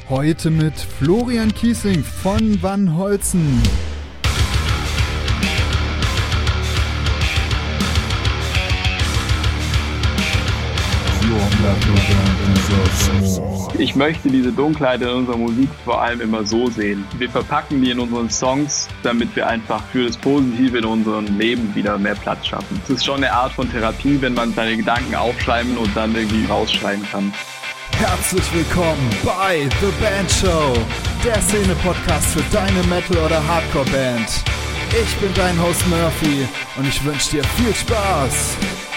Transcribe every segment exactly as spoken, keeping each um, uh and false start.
Heute mit Florian Kiesling von Van Holzen. Ich möchte diese Dunkelheit in unserer Musik vor allem immer so sehen. Wir verpacken die in unseren Songs, damit wir einfach für das Positive in unserem Leben wieder mehr Platz schaffen. Es ist schon eine Art von Therapie, wenn man seine Gedanken aufschreiben und dann irgendwie rausschreiben kann. Herzlich willkommen bei The Band Show, der Szene-Podcast für deine Metal- oder Hardcore-Band. Ich bin dein Host Murphy und ich wünsche dir viel Spaß.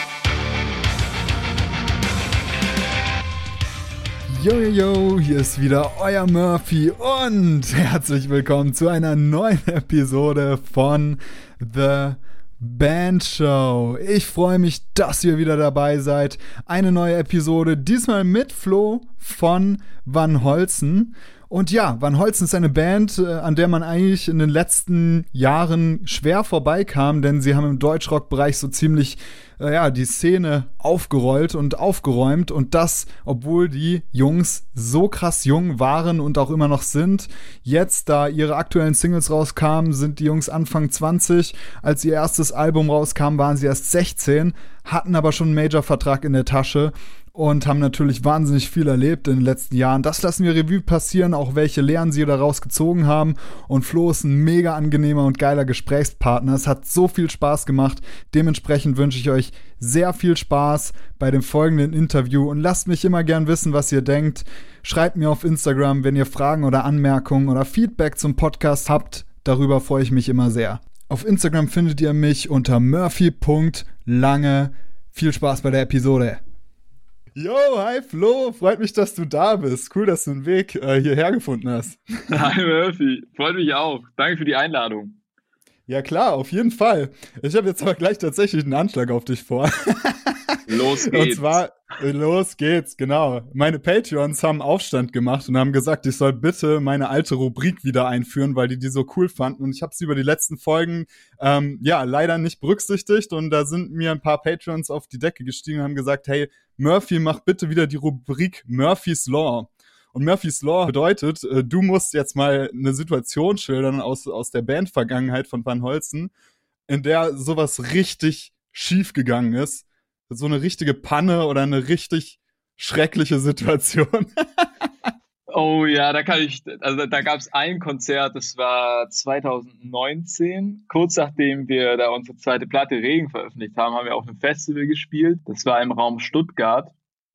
Yo, yo, yo, hier ist wieder euer Murphy und herzlich willkommen zu einer neuen Episode von The Band Show. Ich freue mich, dass ihr wieder dabei seid. Eine neue Episode, diesmal mit Flo von Van Holzen. Und ja, Van Holzen ist eine Band, an der man eigentlich in den letzten Jahren schwer vorbeikam, denn sie haben im Deutschrock-Bereich so ziemlich äh, ja, die Szene aufgerollt und aufgeräumt. Und das, obwohl die Jungs so krass jung waren und auch immer noch sind. Jetzt, da ihre aktuellen Singles rauskamen, sind die Jungs Anfang zwanzig. Als ihr erstes Album rauskam, waren sie erst sechzehn, hatten aber schon einen Major-Vertrag in der Tasche. Und haben natürlich wahnsinnig viel erlebt in den letzten Jahren. Das lassen wir Revue passieren, auch welche Lehren sie daraus gezogen haben. Und Flo ist ein mega angenehmer und geiler Gesprächspartner. Es hat so viel Spaß gemacht. Dementsprechend wünsche ich euch sehr viel Spaß bei dem folgenden Interview. Und lasst mich immer gern wissen, was ihr denkt. Schreibt mir auf Instagram, wenn ihr Fragen oder Anmerkungen oder Feedback zum Podcast habt. Darüber freue ich mich immer sehr. Auf Instagram findet ihr mich unter murphy punkt lange. Viel Spaß bei der Episode. Yo, hi Flo, freut mich, dass du da bist. Cool, dass du den Weg äh, hierher gefunden hast. Hi Murphy, freut mich auch. Danke für die Einladung. Ja klar, auf jeden Fall. Ich habe jetzt aber gleich tatsächlich einen Anschlag auf dich vor. Los geht's. Und zwar, los geht's, genau. Meine Patreons haben Aufstand gemacht und haben gesagt, ich soll bitte meine alte Rubrik wieder einführen, weil die die so cool fanden. Und ich habe sie über die letzten Folgen, ähm, ja, leider nicht berücksichtigt. Und da sind mir ein paar Patreons auf die Decke gestiegen und haben gesagt, hey, Murphy, mach bitte wieder die Rubrik Murphy's Law. Und Murphy's Law bedeutet, äh, du musst jetzt mal eine Situation schildern aus, aus der Bandvergangenheit von Van Holzen, in der sowas richtig schief gegangen ist. So eine richtige Panne oder eine richtig schreckliche Situation. Oh ja, da kann ich, also da gab es ein Konzert, das war zwanzig neunzehn, kurz nachdem wir da unsere zweite Platte Regen veröffentlicht haben, haben wir auf einem Festival gespielt. Das war im Raum Stuttgart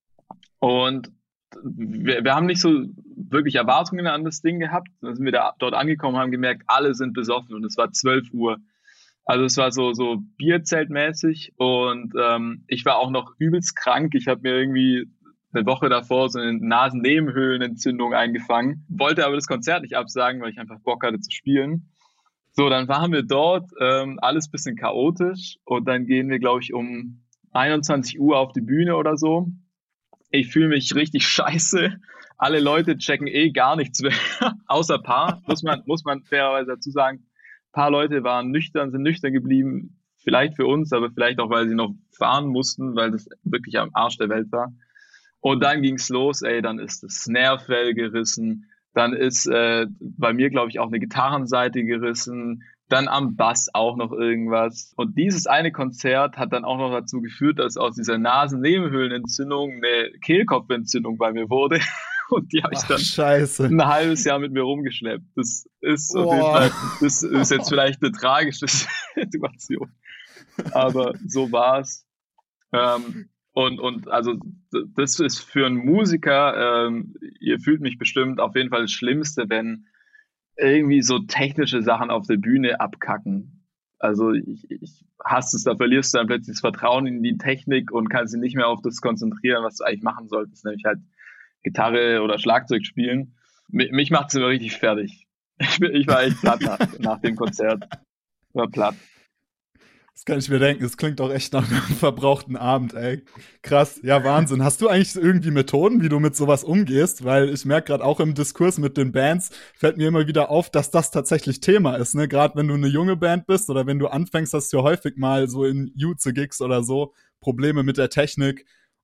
und wir, wir haben nicht so wirklich Erwartungen an das Ding gehabt. Dann sind wir da dort angekommen, haben gemerkt, alle sind besoffen und es war zwölf Uhr. Also es war so so Bierzeltmäßig und ähm, ich war auch noch übelst krank. Ich habe mir irgendwie eine Woche davor so eine Nasennebenhöhlenentzündung eingefangen, wollte aber das Konzert nicht absagen, weil ich einfach Bock hatte zu spielen. So, dann waren wir dort, ähm, alles bisschen chaotisch und dann gehen wir, glaube ich, um einundzwanzig Uhr auf die Bühne oder so. Ich fühle mich richtig scheiße. Alle Leute checken eh gar nichts mehr, außer paar, muss man muss man fairerweise dazu sagen. Ein paar Leute waren nüchtern, sind nüchtern geblieben, vielleicht für uns, aber vielleicht auch, weil sie noch fahren mussten, weil das wirklich am Arsch der Welt war. Und dann ging's los, ey, dann ist das Snare-Fell gerissen, dann ist äh, bei mir, glaube ich, auch eine Gitarrenseite gerissen, dann am Bass auch noch irgendwas. Und dieses eine Konzert hat dann auch noch dazu geführt, dass aus dieser Nasennebenhöhlenentzündung eine Kehlkopfentzündung bei mir wurde. Und die habe ich dann Ach, Scheiße. ein halbes Jahr mit mir rumgeschleppt. Das ist Oh. auf jeden Fall, das ist jetzt vielleicht eine tragische Situation. Aber so war's. Ähm, und, und also das ist für einen Musiker, ähm, ihr fühlt mich bestimmt, auf jeden Fall das Schlimmste, wenn irgendwie so technische Sachen auf der Bühne abkacken. Also ich, ich hasse es, da verlierst du dann plötzlich das Vertrauen in die Technik und kannst dich nicht mehr auf das konzentrieren, was du eigentlich machen solltest, nämlich halt Gitarre oder Schlagzeug spielen. Mich, mich macht es immer richtig fertig. Ich, ich war echt platt nach, nach dem Konzert. War platt. Das kann ich mir denken, es klingt auch echt nach einem verbrauchten Abend, ey. Krass, ja, Wahnsinn. Hast du eigentlich irgendwie Methoden, wie du mit sowas umgehst? Weil ich merke gerade auch im Diskurs mit den Bands, fällt mir immer wieder auf, dass das tatsächlich Thema ist, ne? Gerade wenn du eine junge Band bist oder wenn du anfängst, hast du ja häufig mal so in Jutze-Gigs oder so Probleme mit der Technik.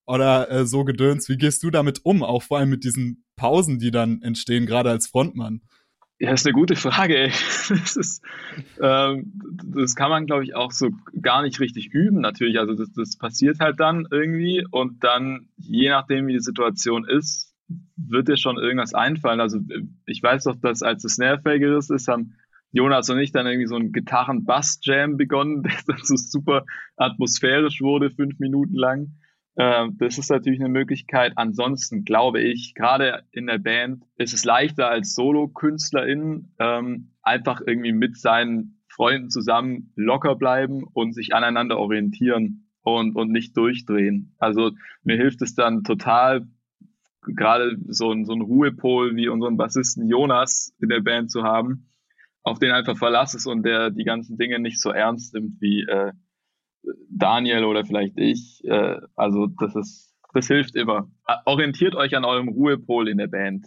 oder äh, so Gedöns. Wie gehst du damit um, auch vor allem mit diesen Pausen, die dann entstehen, gerade als Frontmann? Ja, das ist eine gute Frage, ey. Das ist, ähm, das kann man, glaube ich, auch so gar nicht richtig üben, natürlich. Also das, das passiert halt dann irgendwie und dann, je nachdem, wie die Situation ist, wird dir schon irgendwas einfallen. Also ich weiß doch, dass als das Snare gerissen ist, haben Jonas und ich dann irgendwie so einen Gitarren-Bass-Jam begonnen, der dann so super atmosphärisch wurde, fünf Minuten lang. Ähm, das ist natürlich eine Möglichkeit. Ansonsten glaube ich, gerade in der Band ist es leichter als Solo-KünstlerInnen, ähm, einfach irgendwie mit seinen Freunden zusammen locker bleiben und sich aneinander orientieren und, und nicht durchdrehen. Also mir hilft es dann total, gerade so ein, so ein Ruhepol wie unseren Bassisten Jonas in der Band zu haben, auf den einfach Verlass ist und der die ganzen Dinge nicht so ernst nimmt wie äh, Daniel oder vielleicht ich. Äh, also das ist, das hilft immer. Orientiert euch an eurem Ruhepol in der Band.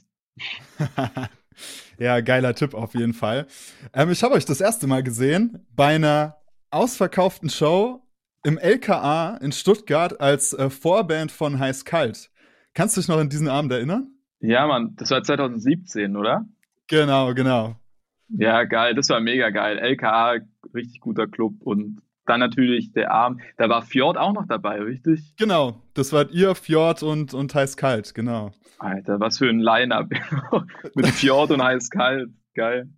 Ja, geiler Tipp auf jeden Fall. Ähm, ich habe euch das erste Mal gesehen bei einer ausverkauften Show im L K A in Stuttgart als äh, Vorband von Heiß Kalt. Kannst du dich noch an diesen Abend erinnern? Ja, Mann, das war zwanzig siebzehn, oder? Genau, genau. Ja, geil, das war mega geil. L K A, richtig guter Club und dann natürlich der Abend. Da war Fjord auch noch dabei, richtig? Genau, das wart ihr, Fjord und, und Heiß Kalt, genau. Alter, was für ein Line-Up. Mit Fjord und Heiß Kalt. Geil.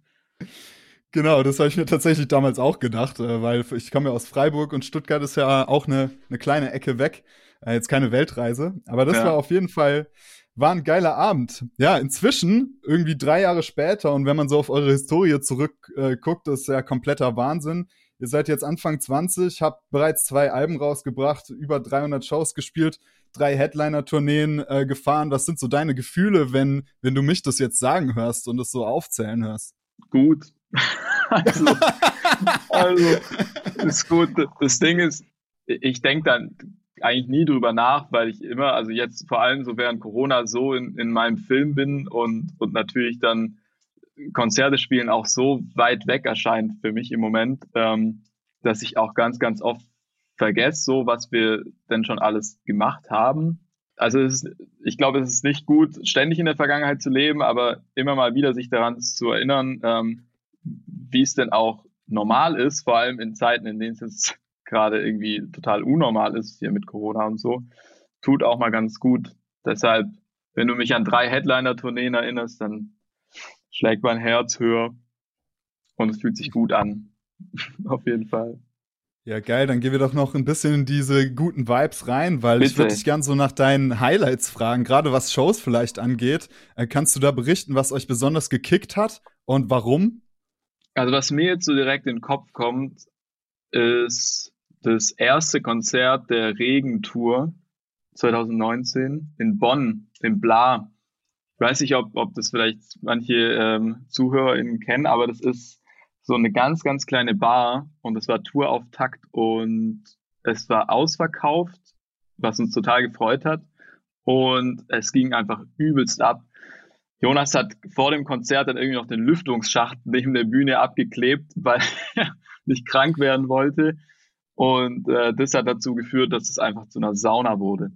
Genau, das habe ich mir tatsächlich damals auch gedacht, äh, weil ich komme ja aus Freiburg und Stuttgart ist ja auch eine, eine kleine Ecke weg. Äh, jetzt keine Weltreise, aber das Ja. war auf jeden Fall, war ein geiler Abend. Ja, inzwischen, irgendwie drei Jahre später und wenn man so auf eure Historie zurückguckt, äh, guckt, ist ja kompletter Wahnsinn. Ihr seid jetzt Anfang zwanzig, habt bereits zwei Alben rausgebracht, über dreihundert Shows gespielt, drei Headliner-Tourneen äh, gefahren. Was sind so deine Gefühle, wenn, wenn du mich das jetzt sagen hörst und es so aufzählen hörst? Gut. also, also, ist gut. Das Ding ist, ich denke dann eigentlich nie drüber nach, weil ich immer, also jetzt vor allem so während Corona so in, in meinem Film bin und, und natürlich dann Konzerte spielen auch so weit weg erscheint für mich im Moment, ähm, dass ich auch ganz, ganz oft vergesse, so was wir denn schon alles gemacht haben. Also es ist, ich glaube, es ist nicht gut, ständig in der Vergangenheit zu leben, aber immer mal wieder sich daran zu erinnern, ähm, wie es denn auch normal ist, vor allem in Zeiten, in denen es jetzt gerade irgendwie total unnormal ist, hier mit Corona und so, tut auch mal ganz gut. Deshalb, wenn du mich an drei Headliner-Tourneen erinnerst, dann schlägt mein Herz höher und es fühlt sich gut an. Auf jeden Fall. Ja, geil, dann gehen wir doch noch ein bisschen in diese guten Vibes rein, weil Bitte. ich würde dich gern so nach deinen Highlights fragen, gerade was Shows vielleicht angeht. Äh, kannst du da berichten, was euch besonders gekickt hat und warum? Also was mir jetzt so direkt in den Kopf kommt, ist das erste Konzert der Regentour zwanzig neunzehn in Bonn, im Bla. Ich weiß nicht, ob, ob das vielleicht manche ähm, ZuhörerInnen kennen, aber das ist so eine ganz, ganz kleine Bar und das war Tourauftakt und es war ausverkauft, was uns total gefreut hat und es ging einfach übelst ab. Jonas hat vor dem Konzert dann irgendwie noch den Lüftungsschacht neben der Bühne abgeklebt, weil er nicht krank werden wollte und äh, das hat dazu geführt, dass es einfach zu einer Sauna wurde.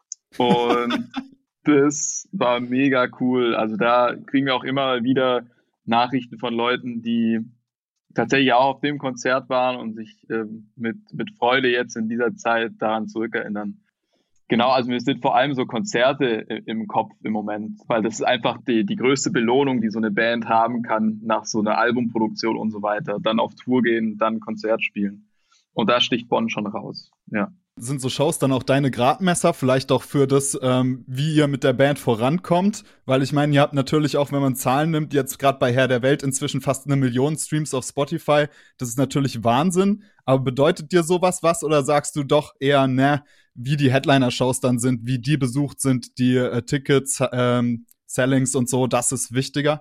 Und das war mega cool. Also da kriegen wir auch immer wieder Nachrichten von Leuten, die tatsächlich auch auf dem Konzert waren und sich ähm, mit, mit Freude jetzt in dieser Zeit daran zurückerinnern. Genau, also mir sind vor allem so Konzerte im Kopf im Moment, weil das ist einfach die, die größte Belohnung, die so eine Band haben kann nach so einer Albumproduktion und so weiter. Dann auf Tour gehen, dann Konzert spielen. Und da sticht Bonn schon raus, ja. Sind so Shows dann auch deine Gradmesser, vielleicht auch für das, ähm, wie ihr mit der Band vorankommt? Weil ich meine, ihr habt natürlich auch, wenn man Zahlen nimmt, jetzt gerade bei Herr der Welt inzwischen fast eine Million Streams auf Spotify. Das ist natürlich Wahnsinn. Aber bedeutet dir sowas was oder sagst du doch eher, ne, wie die Headliner-Shows dann sind, wie die besucht sind, die äh, Tickets, ähm, Sellings und so, das ist wichtiger?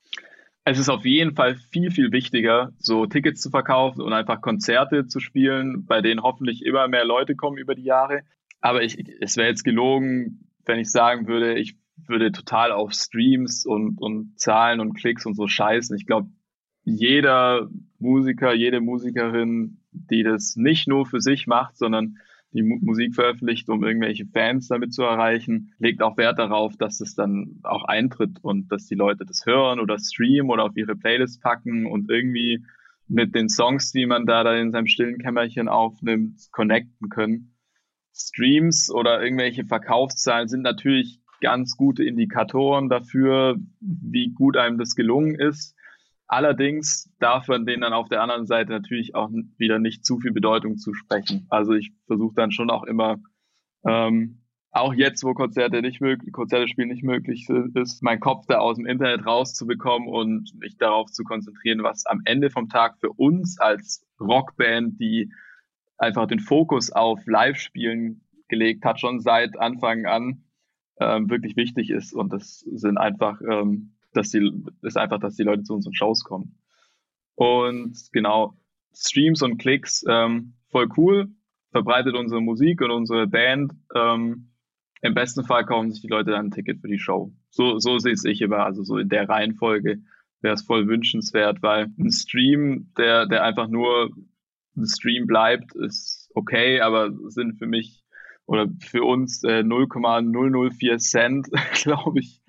Es ist auf jeden Fall viel, viel wichtiger, so Tickets zu verkaufen und einfach Konzerte zu spielen, bei denen hoffentlich immer mehr Leute kommen über die Jahre. Aber ich, es wäre jetzt gelogen, wenn ich sagen würde, ich würde total auf Streams und, und Zahlen und Klicks und so scheißen. Ich glaube, jeder Musiker, jede Musikerin, die das nicht nur für sich macht, sondern die Mu- Musik veröffentlicht, um irgendwelche Fans damit zu erreichen, legt auch Wert darauf, dass es dann auch eintritt und dass die Leute das hören oder streamen oder auf ihre Playlist packen und irgendwie mit den Songs, die man da, da in seinem stillen Kämmerchen aufnimmt, connecten können. Streams oder irgendwelche Verkaufszahlen sind natürlich ganz gute Indikatoren dafür, wie gut einem das gelungen ist. Allerdings darf man denen dann auf der anderen Seite natürlich auch wieder nicht zu viel Bedeutung zusprechen. Also ich versuche dann schon auch immer, ähm, auch jetzt, wo Konzerte nicht möglich, Konzerte spielen nicht möglich ist, meinen Kopf da aus dem Internet rauszubekommen und mich darauf zu konzentrieren, was am Ende vom Tag für uns als Rockband, die einfach den Fokus auf Live-Spielen gelegt hat, schon seit Anfang an, ähm, wirklich wichtig ist. Und das sind einfach, ähm, dass die, ist einfach, dass die Leute zu unseren Shows kommen. Und genau, Streams und Klicks, ähm, voll cool, verbreitet unsere Musik und unsere Band. Ähm, im besten Fall kaufen sich die Leute dann ein Ticket für die Show. So, so sehe ich immer, also so in der Reihenfolge wäre es voll wünschenswert, weil ein Stream, der, der einfach nur ein Stream bleibt, ist okay, aber sind für mich oder für uns äh, null Komma null null vier Cent, glaube ich.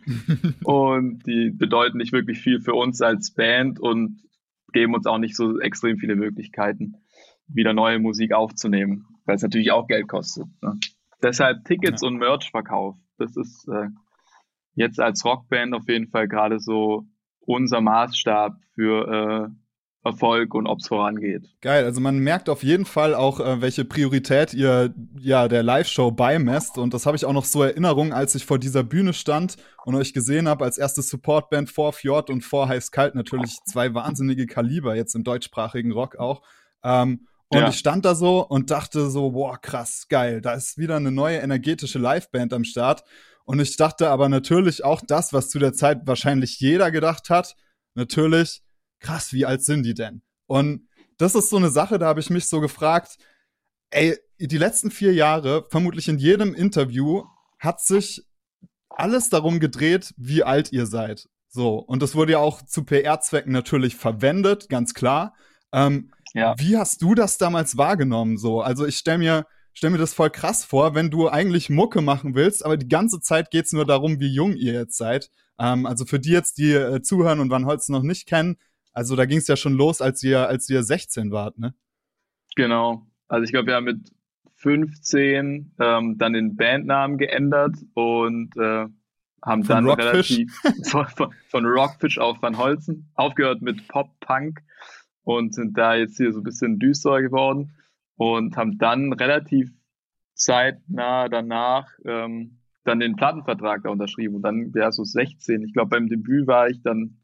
Und die bedeuten nicht wirklich viel für uns als Band und geben uns auch nicht so extrem viele Möglichkeiten, wieder neue Musik aufzunehmen, weil es natürlich auch Geld kostet. Ne? Deshalb Tickets ja. und Merch-Verkauf. Das ist äh, jetzt als Rockband auf jeden Fall gerade so unser Maßstab für äh, Erfolg und ob es vorangeht. Geil, also man merkt auf jeden Fall auch, äh, welche Priorität ihr ja der Live-Show beimesst. Und das habe ich auch noch so Erinnerungen, als ich vor dieser Bühne stand und euch gesehen habe, als erste Supportband vor Fjord und vor Heiß Kalt, natürlich zwei wahnsinnige Kaliber jetzt im deutschsprachigen Rock auch. Ähm, und ja. ich stand da so und dachte so, boah, krass, geil, da ist wieder eine neue energetische Liveband am Start. Und ich dachte aber natürlich auch das, was zu der Zeit wahrscheinlich jeder gedacht hat, natürlich, krass, wie alt sind die denn? Und das ist so eine Sache, da habe ich mich so gefragt, ey, die letzten vier Jahre, vermutlich in jedem Interview, hat sich alles darum gedreht, wie alt ihr seid. So, und das wurde ja auch zu P R-Zwecken natürlich verwendet, ganz klar. Ähm, ja. Wie hast du das damals wahrgenommen? So, also ich stelle mir, stell mir das voll krass vor, wenn du eigentlich Mucke machen willst, aber die ganze Zeit geht's nur darum, wie jung ihr jetzt seid. Ähm, also für die jetzt, die äh, zuhören und Van Holzen noch nicht kennen, also da ging es ja schon los, als ihr, als ihr sechzehn wart, ne? Genau. Also ich glaube, wir haben mit fünfzehn ähm, dann den Bandnamen geändert und äh, haben von dann Rockfish. relativ von, von, von Rockfish auf Van Holzen aufgehört mit Pop-Punk und sind da jetzt hier so ein bisschen düsterer geworden und haben dann relativ zeitnah danach ähm, dann den Plattenvertrag da unterschrieben und dann ja so sechzehn. Ich glaube, beim Debüt war ich dann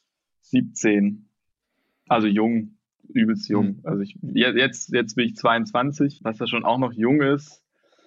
siebzehn. Also jung, übelst jung. Also ich, jetzt, jetzt bin ich zweiundzwanzig, was ja schon auch noch jung ist.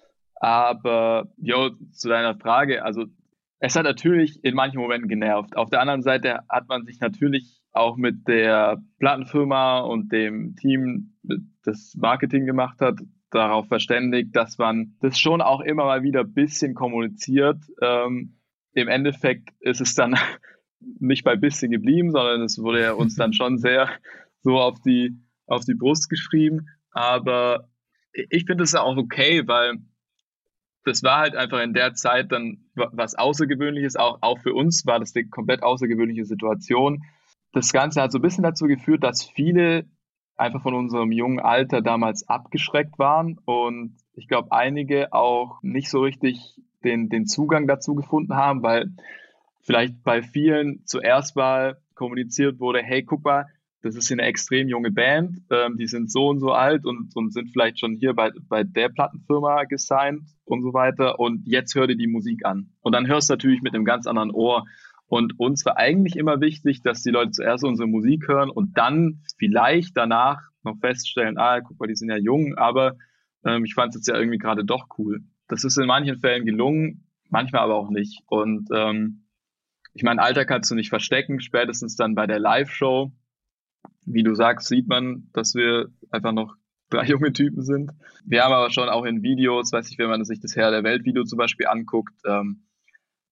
Aber, jo, zu deiner Frage, also es hat natürlich in manchen Momenten genervt. Auf der anderen Seite hat man sich natürlich auch mit der Plattenfirma und dem Team, das Marketing gemacht hat, darauf verständigt, dass man das schon auch immer mal wieder ein bisschen kommuniziert. Ähm, im Endeffekt ist es dann nicht bei bisschen geblieben, sondern es wurde ja uns dann schon sehr so auf die, auf die Brust geschrieben. Aber ich finde es ja auch okay, weil das war halt einfach in der Zeit dann was Außergewöhnliches. Auch, auch für uns war das eine komplett außergewöhnliche Situation. Das Ganze hat so ein bisschen dazu geführt, dass viele einfach von unserem jungen Alter damals abgeschreckt waren und ich glaube, einige auch nicht so richtig den, den Zugang dazu gefunden haben, weil vielleicht bei vielen zuerst mal kommuniziert wurde, hey, guck mal, das ist hier eine extrem junge Band, ähm, die sind so und so alt und, und sind vielleicht schon hier bei, bei der Plattenfirma gesigned und so weiter und jetzt hör dir die Musik an. Und dann hörst du natürlich mit einem ganz anderen Ohr. Und uns war eigentlich immer wichtig, dass die Leute zuerst unsere Musik hören und dann vielleicht danach noch feststellen, ah, guck mal, die sind ja jung, aber ähm, ich fand es jetzt ja irgendwie gerade doch cool. Das ist in manchen Fällen gelungen, manchmal aber auch nicht. Und ähm, ich meine, Alter kannst du nicht verstecken, spätestens dann bei der Live-Show. Wie du sagst, sieht man, dass wir einfach noch drei junge Typen sind. Wir haben aber schon auch in Videos, weiß ich, wenn man sich das Herr der Welt-Video zum Beispiel anguckt, ähm,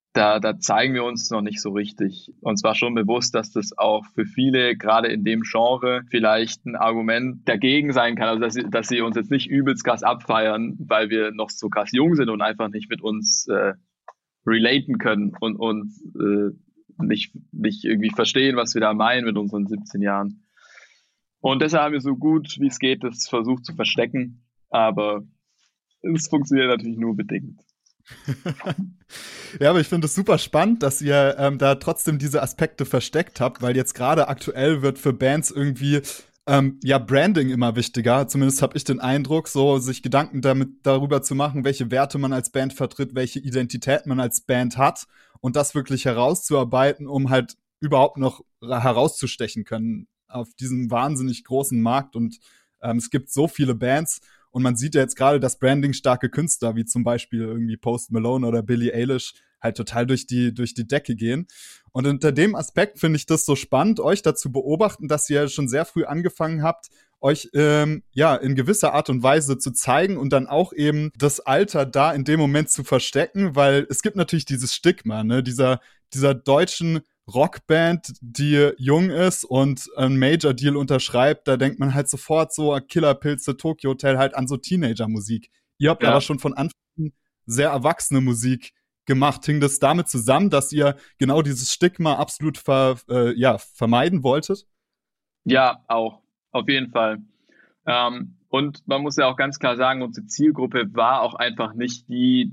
da, da zeigen wir uns noch nicht so richtig. Uns war schon bewusst, dass das auch für viele, gerade in dem Genre, vielleicht ein Argument dagegen sein kann. Also, dass sie, dass sie uns jetzt nicht übelst krass abfeiern, weil wir noch so krass jung sind und einfach nicht mit uns äh, relaten können und, und äh, nicht, nicht irgendwie verstehen, was wir da meinen mit unseren siebzehn Jahren. Und deshalb haben wir so gut wie es geht das versucht zu verstecken, aber es funktioniert natürlich nur bedingt. Ja, aber ich finde es super spannend, dass ihr ähm, da trotzdem diese Aspekte versteckt habt, weil jetzt gerade aktuell wird für Bands irgendwie ähm, ja Branding immer wichtiger. Zumindest habe ich den Eindruck, so sich Gedanken damit darüber zu machen, welche Werte man als Band vertritt, welche Identität man als Band hat und das wirklich herauszuarbeiten, um halt überhaupt noch herauszustechen können auf diesem wahnsinnig großen Markt. Und ähm, es gibt so viele Bands. Und man sieht ja jetzt gerade, dass Branding-starke Künstler, wie zum Beispiel irgendwie Post Malone oder Billie Eilish, halt total durch die, durch die Decke gehen. Und unter dem Aspekt finde ich das so spannend, euch dazu beobachten, dass ihr schon sehr früh angefangen habt, euch ähm, ja in gewisser Art und Weise zu zeigen und dann auch eben das Alter da in dem Moment zu verstecken, weil es gibt natürlich dieses Stigma, ne, dieser, dieser deutschen Rockband, die jung ist und einen Major-Deal unterschreibt, da denkt man halt sofort so Killerpilze, Tokyo Hotel, halt an so Teenager-Musik. Ihr habt ja. aber schon von Anfang an sehr erwachsene Musik gemacht. Hing das damit zusammen, dass ihr genau dieses Stigma absolut ver, äh, ja, vermeiden wolltet? Ja, auch. Auf jeden Fall. Ähm, und man muss ja auch ganz klar sagen, unsere Zielgruppe war auch einfach nicht die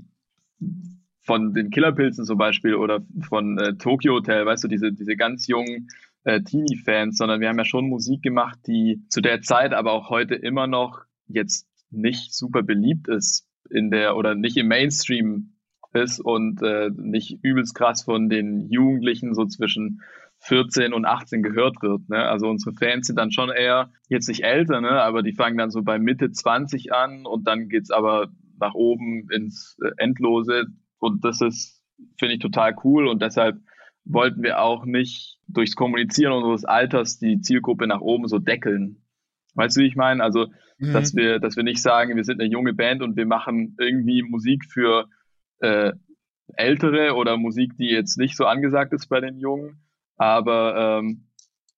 von den Killerpilzen zum Beispiel oder von äh, Tokyo Hotel, weißt du, diese, diese ganz jungen äh, Teenie-Fans, sondern wir haben ja schon Musik gemacht, die zu der Zeit, aber auch heute immer noch jetzt nicht super beliebt ist in der oder nicht im Mainstream ist und äh, nicht übelst krass von den Jugendlichen so zwischen vierzehn und achtzehn gehört wird. Ne? Also unsere Fans sind dann schon eher, jetzt nicht älter, ne? aber die fangen dann so bei Mitte zwanzig an und dann geht's aber nach oben ins äh, Endlose. Und das ist, finde ich, total cool. Und deshalb wollten wir auch nicht durchs Kommunizieren unseres Alters die Zielgruppe nach oben so deckeln. Weißt du, wie ich meine? Also, mhm. dass wir, dass wir nicht sagen, wir sind eine junge Band und wir machen irgendwie Musik für äh, Ältere oder Musik, die jetzt nicht so angesagt ist bei den Jungen, aber ähm,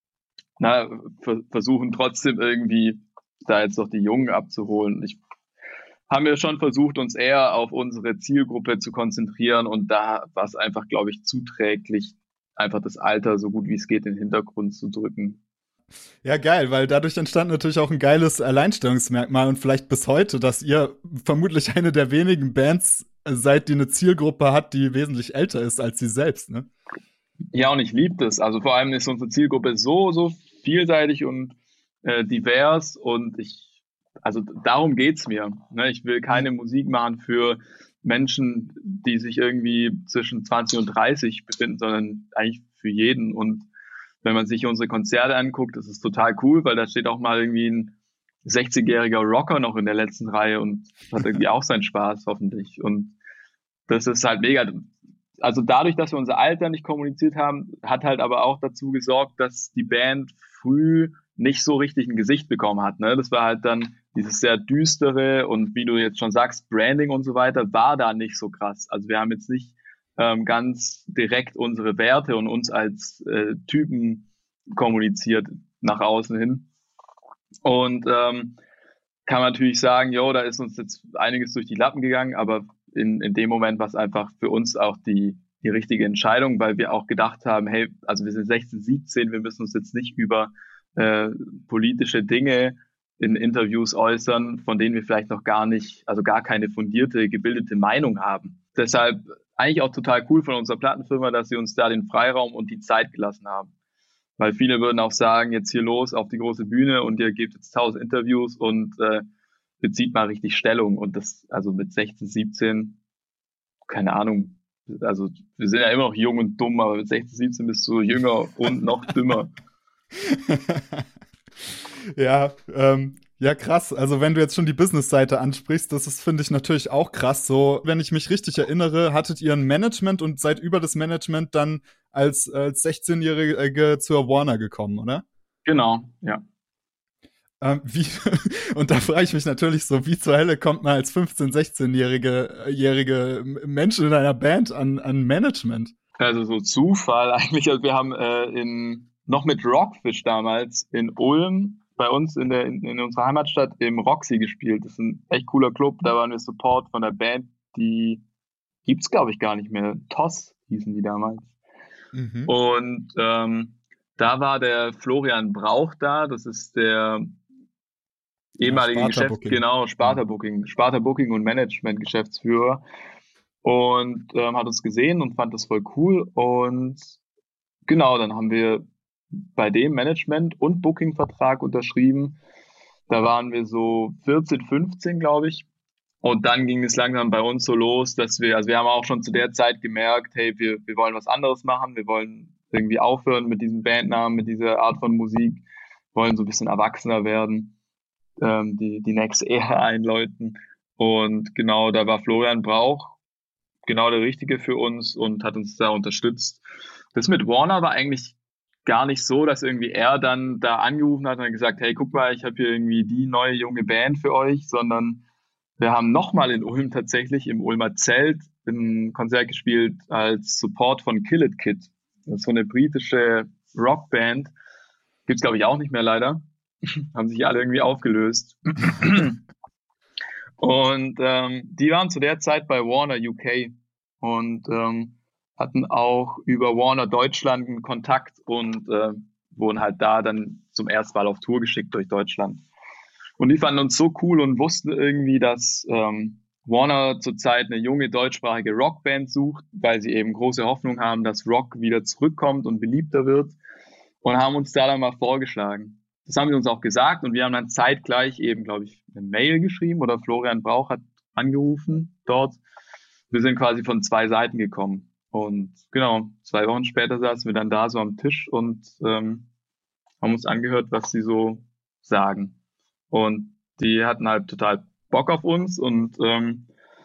na, ver- versuchen trotzdem irgendwie da jetzt noch die Jungen abzuholen. Ich haben wir schon versucht, uns eher auf unsere Zielgruppe zu konzentrieren und da war es einfach, glaube ich, zuträglich, einfach das Alter so gut wie es geht in den Hintergrund zu drücken. Ja, geil, weil dadurch entstand natürlich auch ein geiles Alleinstellungsmerkmal und vielleicht bis heute, dass ihr vermutlich eine der wenigen Bands seid, die eine Zielgruppe hat, die wesentlich älter ist als sie selbst, ne? Ja, und ich liebe das. Also vor allem ist unsere Zielgruppe so, so vielseitig und äh, divers und ich Also darum geht's mir. Ne? Ich will keine Musik machen für Menschen, die sich irgendwie zwischen zwanzig und dreißig befinden, sondern eigentlich für jeden. Und wenn man sich unsere Konzerte anguckt, das ist total cool, weil da steht auch mal irgendwie ein sechzigjähriger Rocker noch in der letzten Reihe und hat irgendwie auch seinen Spaß, hoffentlich. Und das ist halt mega. Also dadurch, dass wir unser Alter nicht kommuniziert haben, hat halt aber auch dazu gesorgt, dass die Band früh nicht so richtig ein Gesicht bekommen hat. Ne? Das war halt dann dieses sehr düstere und wie du jetzt schon sagst, Branding und so weiter, war da nicht so krass. Also wir haben jetzt nicht ähm, ganz direkt unsere Werte und uns als äh, Typen kommuniziert nach außen hin. Und ähm, kann man natürlich sagen, jo, da ist uns jetzt einiges durch die Lappen gegangen, aber in, in dem Moment war es einfach für uns auch die, die richtige Entscheidung, weil wir auch gedacht haben, hey, also wir sind sechzehn, siebzehn, wir müssen uns jetzt nicht über äh, politische Dinge in Interviews äußern, von denen wir vielleicht noch gar nicht, also gar keine fundierte, gebildete Meinung haben. Deshalb eigentlich auch total cool von unserer Plattenfirma, dass sie uns da den Freiraum und die Zeit gelassen haben. Weil viele würden auch sagen, jetzt hier los auf die große Bühne und ihr gebt jetzt tausend Interviews und äh, bezieht mal richtig Stellung. Und das, also mit sechzehn, siebzehn, keine Ahnung, also wir sind ja immer noch jung und dumm, aber mit sechzehn, siebzehn bist du jünger und noch dümmer. Ja, ähm, ja, krass. Also wenn du jetzt schon die Business-Seite ansprichst, das ist, finde ich, natürlich auch krass. So, wenn ich mich richtig erinnere, hattet ihr ein Management und seid über das Management dann als, als sechzehnjährige zur Warner gekommen, oder? Genau, ja. Ähm, wie, und da frage ich mich natürlich so, wie zur Hölle kommt man als fünfzehn-, sechzehn-jährige jährige Menschen in einer Band an, an Management? Also so Zufall eigentlich. Also wir haben äh, in, noch mit Rockfish damals in Ulm bei uns in, der, in, in unserer Heimatstadt im Roxy gespielt. Das ist ein echt cooler Club. Da waren wir Support von der Band, die gibt's, glaube ich, gar nicht mehr. T O S hießen die damals. Mhm. Und ähm, da war der Florian Brauch da. Das ist der ehemalige Ja, Geschäfts-, genau, Sparta Booking, Sparta Booking und Management Geschäftsführer. Und ähm, hat uns gesehen und fand das voll cool. Und genau, dann haben wir bei dem Management- und Booking-Vertrag unterschrieben. Da waren wir so vierzehn, fünfzehn, glaube ich. Und dann ging es langsam bei uns so los, dass wir, also wir haben auch schon zu der Zeit gemerkt, hey, wir, wir wollen was anderes machen. Wir wollen irgendwie aufhören mit diesem Bandnamen, mit dieser Art von Musik, wollen so ein bisschen erwachsener werden, ähm, die, die nächste Ära einläuten. Und genau, da war Florian Brauch genau der Richtige für uns und hat uns da unterstützt. Das mit Warner war eigentlich gar nicht so, dass irgendwie er dann da angerufen hat und gesagt, hey, guck mal, ich habe hier irgendwie die neue junge Band für euch, sondern wir haben nochmal in Ulm tatsächlich im Ulmer Zelt ein Konzert gespielt als Support von Kill It Kid. Das ist so eine britische Rockband. Gibt's, glaube ich, auch nicht mehr leider. Haben sich alle irgendwie aufgelöst. Und ähm, die waren zu der Zeit bei Warner U K und ähm, hatten auch über Warner Deutschland einen Kontakt und äh, wurden halt da dann zum ersten Mal auf Tour geschickt durch Deutschland. Und die fanden uns so cool und wussten irgendwie, dass ähm, Warner zurzeit eine junge deutschsprachige Rockband sucht, weil sie eben große Hoffnung haben, dass Rock wieder zurückkommt und beliebter wird, und haben uns da dann mal vorgeschlagen. Das haben sie uns auch gesagt und wir haben dann zeitgleich eben, glaube ich, eine Mail geschrieben oder Florian Brauch hat angerufen dort. Wir sind quasi von zwei Seiten gekommen und genau, zwei Wochen später saßen wir dann da so am Tisch und ähm, haben uns angehört, was sie so sagen. Und die hatten halt total Bock auf uns und ähm,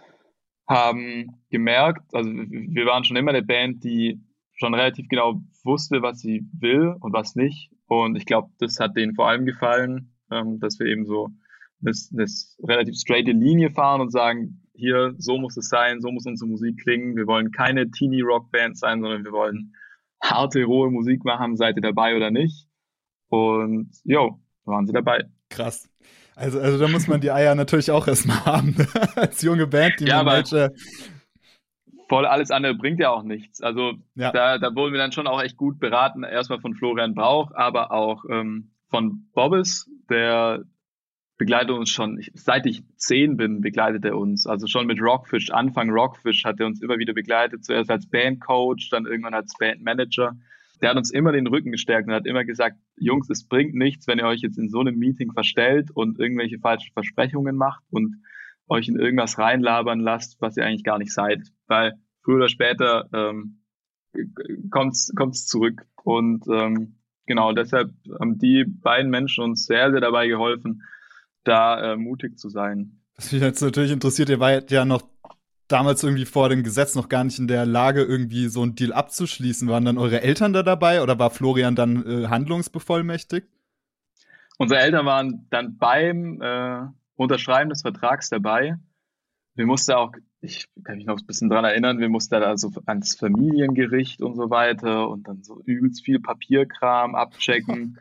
haben gemerkt, also wir waren schon immer eine Band, die schon relativ genau wusste, was sie will und was nicht. Und ich glaube, das hat denen vor allem gefallen, ähm, dass wir eben so eine, eine relativ straighte Linie fahren und sagen, hier, so muss es sein, so muss unsere Musik klingen. Wir wollen keine Teenie-Rock-Band sein, sondern wir wollen harte, rohe Musik machen, seid ihr dabei oder nicht? Und jo, da waren sie dabei. Krass. Also, also da muss man die Eier natürlich auch erstmal haben, als junge Band, die ja, man Major voll alles andere bringt ja auch nichts. Also ja. da, da wurden wir dann schon auch echt gut beraten, erstmal von Florian Brauch, aber auch ähm, von Bobbes, der begleitet uns schon, ich, seit ich zehn bin, begleitet er uns. Also schon mit Rockfish, Anfang Rockfish hat er uns immer wieder begleitet, zuerst als Bandcoach, dann irgendwann als Bandmanager. Der hat uns immer den Rücken gestärkt und hat immer gesagt, Jungs, es bringt nichts, wenn ihr euch jetzt in so einem Meeting verstellt und irgendwelche falschen Versprechungen macht und euch in irgendwas reinlabern lasst, was ihr eigentlich gar nicht seid. Weil früher oder später ähm, kommt's, kommt's zurück. Und ähm, genau, deshalb haben die beiden Menschen uns sehr, sehr dabei geholfen, da äh, mutig zu sein. Was mich jetzt natürlich interessiert, ihr wart ja noch damals irgendwie vor dem Gesetz noch gar nicht in der Lage, irgendwie so einen Deal abzuschließen. Waren dann eure Eltern da dabei oder war Florian dann äh, handlungsbevollmächtigt? Unsere Eltern waren dann beim äh, Unterschreiben des Vertrags dabei. Wir mussten auch, ich kann mich noch ein bisschen dran erinnern, wir mussten da so ans Familiengericht und so weiter und dann so übelst viel Papierkram abchecken.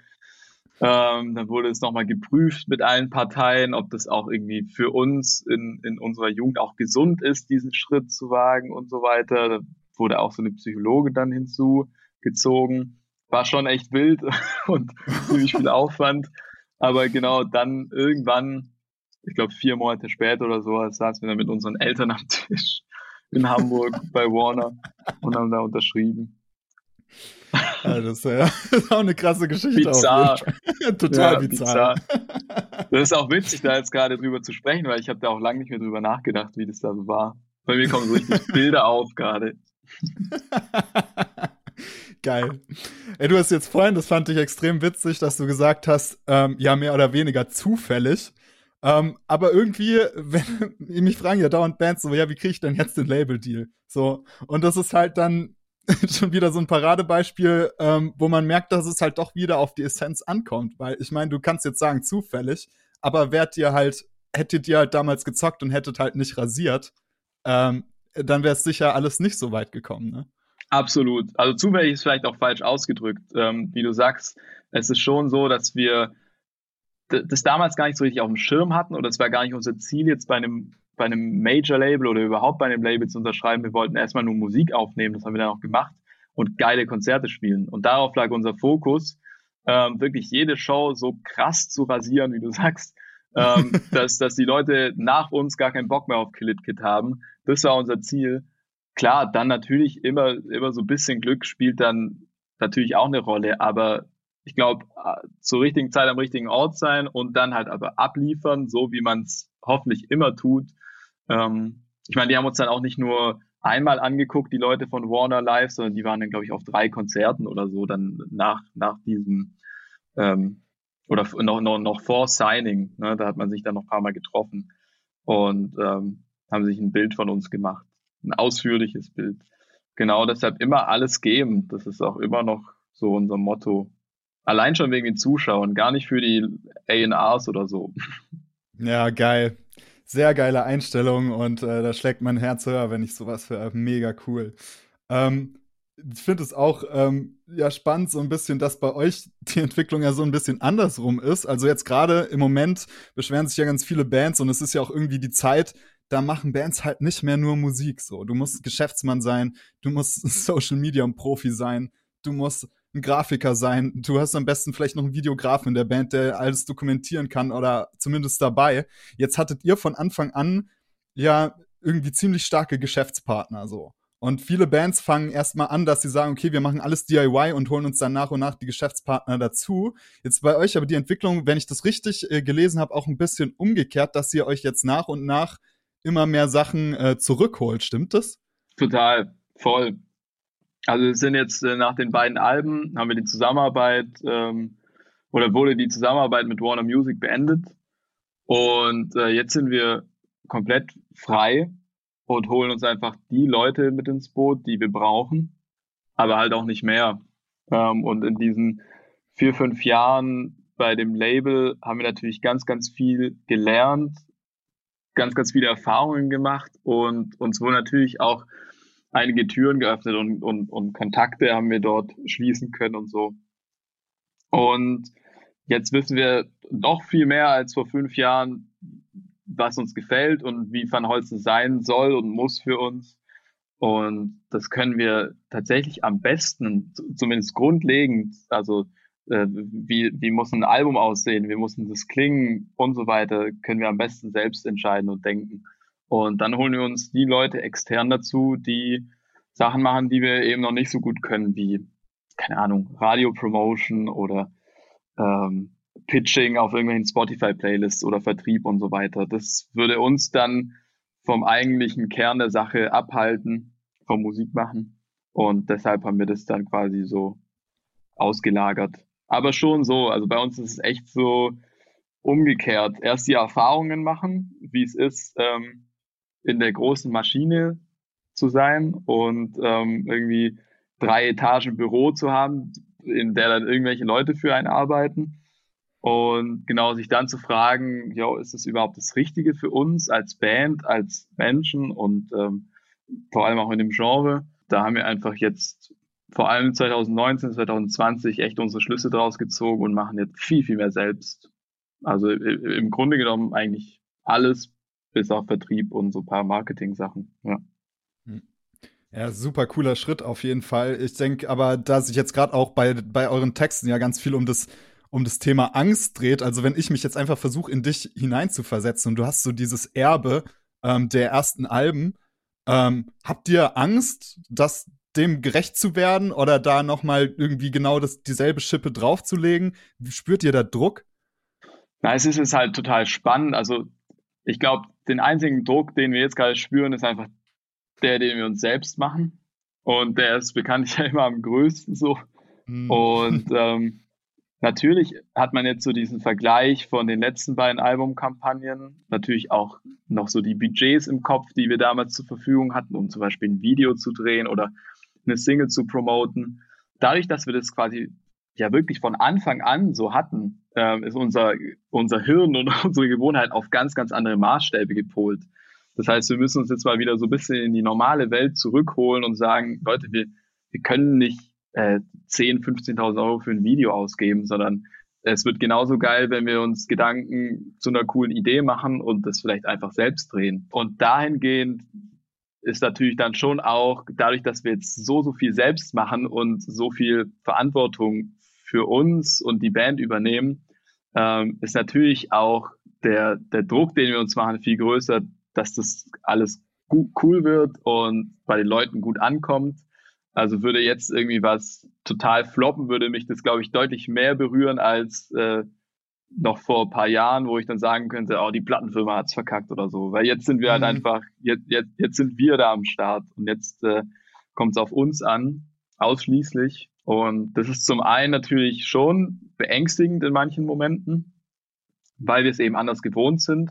Ähm, dann wurde es nochmal geprüft mit allen Parteien, ob das auch irgendwie für uns in, in unserer Jugend auch gesund ist, diesen Schritt zu wagen und so weiter. Da wurde auch so eine Psychologe dann hinzugezogen. War schon echt wild und ziemlich viel Aufwand. Aber genau dann irgendwann, ich glaube vier Monate später oder so, saßen wir dann mit unseren Eltern am Tisch in Hamburg bei Warner und haben da unterschrieben. Ja, das, ist ja, das ist auch eine krasse Geschichte. Bizarr. Total ja, bizarr. bizarr. Das ist auch witzig, da jetzt gerade drüber zu sprechen, weil ich habe da auch lange nicht mehr drüber nachgedacht, wie das da so war. Bei mir kommen so richtig Bilder auf gerade. Geil. Ey, du hast jetzt vorhin, das fand ich extrem witzig, dass du gesagt hast, ähm, ja, mehr oder weniger zufällig. Ähm, aber irgendwie, wenn mich fragen ja dauernd Bands so, ja, wie kriege ich denn jetzt den Label-Deal? So, und das ist halt dann schon wieder so ein Paradebeispiel, ähm, wo man merkt, dass es halt doch wieder auf die Essenz ankommt. Weil ich meine, du kannst jetzt sagen, zufällig, aber wärt ihr halt, hättet ihr halt damals gezockt und hättet halt nicht rasiert, ähm, dann wäre es sicher alles nicht so weit gekommen, ne? Absolut. Also zufällig ist vielleicht auch falsch ausgedrückt. Ähm, wie du sagst, es ist schon so, dass wir d- das damals gar nicht so richtig auf dem Schirm hatten oder es war gar nicht unser Ziel, jetzt bei einem, bei einem Major-Label oder überhaupt bei einem Label zu unterschreiben. Wir wollten erstmal nur Musik aufnehmen, das haben wir dann auch gemacht und geile Konzerte spielen. Und darauf lag unser Fokus, ähm, wirklich jede Show so krass zu rasieren, wie du sagst, ähm, dass, dass die Leute nach uns gar keinen Bock mehr auf Kill It Kid haben. Das war unser Ziel. Klar, dann natürlich immer, immer so ein bisschen Glück spielt dann natürlich auch eine Rolle, aber ich glaube, zur richtigen Zeit am richtigen Ort sein und dann halt aber abliefern, so wie man es hoffentlich immer tut. Ähm, ich meine, die haben uns dann auch nicht nur einmal angeguckt, die Leute von Warner Live, sondern die waren dann, glaube ich, auf drei Konzerten oder so dann nach, nach diesem, ähm, oder f- noch, noch, noch vor Signing, ne, da hat man sich dann noch ein paar Mal getroffen und ähm, haben sich ein Bild von uns gemacht. Ein ausführliches Bild. Genau deshalb immer alles geben. Das ist auch immer noch so unser Motto. Allein schon wegen den Zuschauern, gar nicht für die A und Rs oder so. Ja, geil. Sehr geile Einstellung und äh, da schlägt mein Herz höher, wenn ich sowas höre. Mega cool. Ähm, ich finde es auch ähm, ja spannend, so ein bisschen, dass bei euch die Entwicklung ja so ein bisschen andersrum ist. Also jetzt gerade im Moment beschweren sich ja ganz viele Bands und es ist ja auch irgendwie die Zeit, da machen Bands halt nicht mehr nur Musik so. Du musst Geschäftsmann sein, du musst Social Media Profi sein, du musst ein Grafiker sein, du hast am besten vielleicht noch einen Videografen in der Band, der alles dokumentieren kann oder zumindest dabei. Jetzt hattet ihr von Anfang an ja irgendwie ziemlich starke Geschäftspartner so. Und viele Bands fangen erstmal an, dass sie sagen, okay, wir machen alles D I Y und holen uns dann nach und nach die Geschäftspartner dazu. Jetzt bei euch aber die Entwicklung, wenn ich das richtig äh, gelesen habe, auch ein bisschen umgekehrt, dass ihr euch jetzt nach und nach immer mehr Sachen äh, zurückholt. Stimmt das? Total, voll. Also es sind jetzt äh, nach den beiden Alben, haben wir die Zusammenarbeit ähm, oder wurde die Zusammenarbeit mit Warner Music beendet. Und äh, jetzt sind wir komplett frei und holen uns einfach die Leute mit ins Boot, die wir brauchen, aber halt auch nicht mehr. Ähm, und in diesen vier, fünf Jahren bei dem Label haben wir natürlich ganz, ganz viel gelernt, ganz, ganz viele Erfahrungen gemacht und uns wurden natürlich auch einige Türen geöffnet und, und, und Kontakte haben wir dort schließen können und so. Und jetzt wissen wir noch viel mehr als vor fünf Jahren, was uns gefällt und wie Van Holzen sein soll und muss für uns. Und das können wir tatsächlich am besten, zumindest grundlegend, also äh, wie, wie muss ein Album aussehen, wie muss das klingen und so weiter, können wir am besten selbst entscheiden und denken. Und dann holen wir uns die Leute extern dazu, die Sachen machen, die wir eben noch nicht so gut können, wie, keine Ahnung, Radio-Promotion oder ähm, Pitching auf irgendwelchen Spotify-Playlists oder Vertrieb und so weiter. Das würde uns dann vom eigentlichen Kern der Sache abhalten, vom Musikmachen. Und deshalb haben wir das dann quasi so ausgelagert. Aber schon so, also bei uns ist es echt so umgekehrt. Erst die Erfahrungen machen, wie es ist, ähm, in der großen Maschine zu sein und ähm, irgendwie drei Etagen Büro zu haben, in der dann irgendwelche Leute für einen arbeiten. Und genau sich dann zu fragen, jo, ist das überhaupt das Richtige für uns als Band, als Menschen und ähm, vor allem auch in dem Genre. Da haben wir einfach jetzt vor allem zwanzig neunzehn, zwanzig zwanzig echt unsere Schlüsse draus gezogen und machen jetzt viel, viel mehr selbst. Also i- im Grunde genommen eigentlich alles, bis auf Vertrieb und so ein paar Marketing-Sachen. Ja. Ja, super cooler Schritt auf jeden Fall. Ich denke aber, da sich jetzt gerade auch bei, bei euren Texten ja ganz viel um das, um das Thema Angst dreht, also wenn ich mich jetzt einfach versuche, in dich hineinzuversetzen und du hast so dieses Erbe ähm, der ersten Alben, ähm, habt ihr Angst, dass dem gerecht zu werden oder da nochmal irgendwie genau das, dieselbe Schippe draufzulegen? Spürt ihr da Druck? Na, es ist jetzt halt total spannend. Also ich glaube, den einzigen Druck, den wir jetzt gerade spüren, ist einfach der, den wir uns selbst machen. Und der ist bekanntlich ja immer am größten so. Hm. Und ähm, natürlich hat man jetzt so diesen Vergleich von den letzten beiden Albumkampagnen, natürlich auch noch so die Budgets im Kopf, die wir damals zur Verfügung hatten, um zum Beispiel ein Video zu drehen oder eine Single zu promoten. Dadurch, dass wir das quasi ja wirklich von Anfang an so hatten, ähm, ist unser, unser Hirn und unsere Gewohnheit auf ganz, ganz andere Maßstäbe gepolt. Das heißt, wir müssen uns jetzt mal wieder so ein bisschen in die normale Welt zurückholen und sagen, Leute, wir, wir können nicht äh, zehntausend, fünfzehntausend Euro für ein Video ausgeben, sondern es wird genauso geil, wenn wir uns Gedanken zu einer coolen Idee machen und das vielleicht einfach selbst drehen. Und dahingehend ist natürlich dann schon auch, dadurch, dass wir jetzt so, so viel selbst machen und so viel Verantwortung für uns und die Band übernehmen, ähm, ist natürlich auch der, der Druck, den wir uns machen, viel größer, dass das alles gut, cool wird und bei den Leuten gut ankommt. Also würde jetzt irgendwie was total floppen, würde mich das, glaube ich, deutlich mehr berühren als äh, noch vor ein paar Jahren, wo ich dann sagen könnte, oh, die Plattenfirma hat's verkackt oder so. Weil jetzt sind wir halt Mhm. einfach, jetzt, jetzt, jetzt sind wir da am Start und jetzt äh, kommt es auf uns an, ausschließlich. Und das ist zum einen natürlich schon beängstigend in manchen Momenten, weil wir es eben anders gewohnt sind.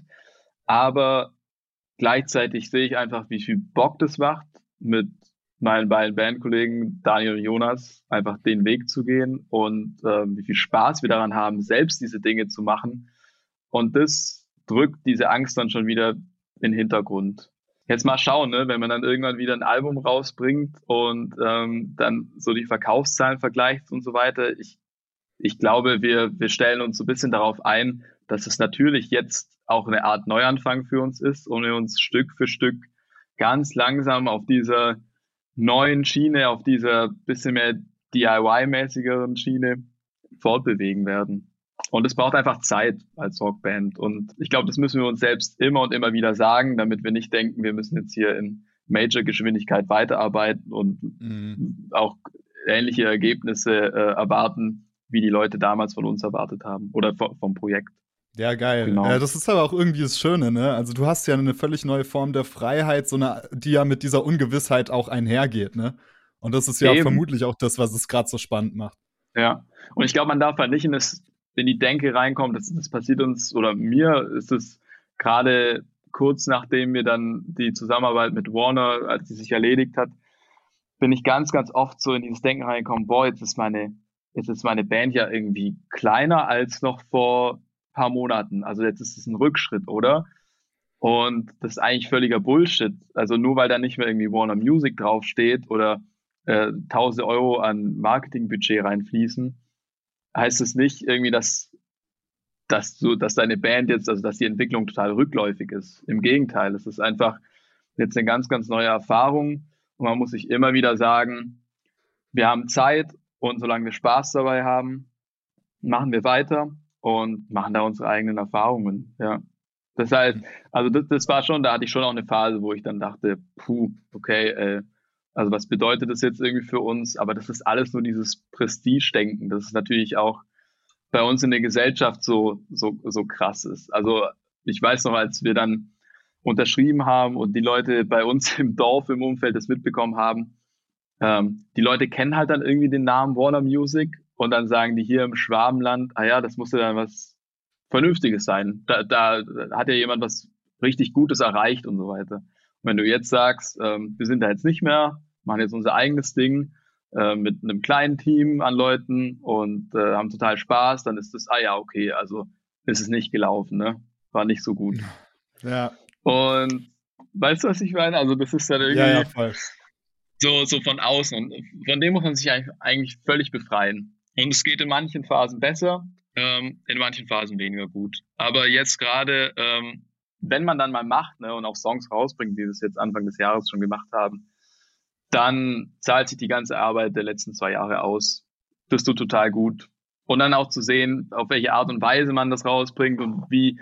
Aber gleichzeitig sehe ich einfach, wie viel Bock das macht, mit meinen beiden Bandkollegen Daniel und Jonas einfach den Weg zu gehen und ähm, wie viel Spaß wir daran haben, selbst diese Dinge zu machen. Und das drückt diese Angst dann schon wieder in den Hintergrund. Jetzt mal schauen, ne, wenn man dann irgendwann wieder ein Album rausbringt und ähm, dann so die Verkaufszahlen vergleicht und so weiter. Ich, ich glaube, wir, wir stellen uns so ein bisschen darauf ein, dass es natürlich jetzt auch eine Art Neuanfang für uns ist und wir uns Stück für Stück ganz langsam auf dieser neuen Schiene, auf dieser bisschen mehr D I Y-mäßigeren Schiene fortbewegen werden. Und es braucht einfach Zeit als Rockband. Und ich glaube, das müssen wir uns selbst immer und immer wieder sagen, damit wir nicht denken, wir müssen jetzt hier in Major-Geschwindigkeit weiterarbeiten und mhm. auch ähnliche Ergebnisse äh, erwarten, wie die Leute damals von uns erwartet haben oder vom, vom Projekt. Ja, geil. Genau. Äh, das ist aber auch irgendwie das Schöne, ne? Also du hast ja eine völlig neue Form der Freiheit, so eine, die ja mit dieser Ungewissheit auch einhergeht, ne? Und das ist ja Eben. vermutlich auch das, was es gerade so spannend macht. Ja, und ich glaube, man darf halt nicht in, das, in die Denke reinkommen, das, das passiert uns, oder mir ist es gerade kurz nachdem wir dann die Zusammenarbeit mit Warner, als die sich erledigt hat, bin ich ganz, ganz oft so in dieses Denken reingekommen, boah, jetzt ist meine, jetzt ist meine Band ja irgendwie kleiner als noch vor paar Monaten. Also jetzt ist es ein Rückschritt, oder? Und das ist eigentlich völliger Bullshit. Also nur weil da nicht mehr irgendwie Warner Music draufsteht oder äh, tausende Euro an Marketingbudget reinfließen, heißt es nicht irgendwie, dass, dass so, dass deine Band jetzt, also dass die Entwicklung total rückläufig ist. Im Gegenteil, es ist einfach jetzt eine ganz, ganz neue Erfahrung und man muss sich immer wieder sagen, wir haben Zeit und solange wir Spaß dabei haben, machen wir weiter und machen da unsere eigenen Erfahrungen, ja. Das heißt, also das, das war schon, da hatte ich schon auch eine Phase, wo ich dann dachte, puh, okay, äh, also was bedeutet das jetzt irgendwie für uns? Aber das ist alles nur dieses Prestige-Denken, das ist natürlich auch bei uns in der Gesellschaft so, so, so krass ist. Also ich weiß noch, als wir dann unterschrieben haben und die Leute bei uns im Dorf, im Umfeld das mitbekommen haben, ähm, die Leute kennen halt dann irgendwie den Namen Warner Music und dann sagen die hier im Schwabenland, ah ja, das musste dann was Vernünftiges sein. Da, da hat ja jemand was richtig Gutes erreicht und so weiter. Und wenn du jetzt sagst, ähm, wir sind da jetzt nicht mehr, machen jetzt unser eigenes Ding äh, mit einem kleinen Team an Leuten und äh, haben total Spaß, dann ist das, ah ja, okay, also ist es nicht gelaufen, ne? War nicht so gut. Ja. Und weißt du, was ich meine? Also das ist dann irgendwie ja, ja, voll. So, so von außen. Und von dem muss man sich eigentlich völlig befreien. Und es geht in manchen Phasen besser, ähm, in manchen Phasen weniger gut. Aber jetzt gerade, ähm, wenn man dann mal macht, ne, und auch Songs rausbringt, die wir jetzt Anfang des Jahres schon gemacht haben, dann zahlt sich die ganze Arbeit der letzten zwei Jahre aus. Das tut total gut. Und dann auch zu sehen, auf welche Art und Weise man das rausbringt und wie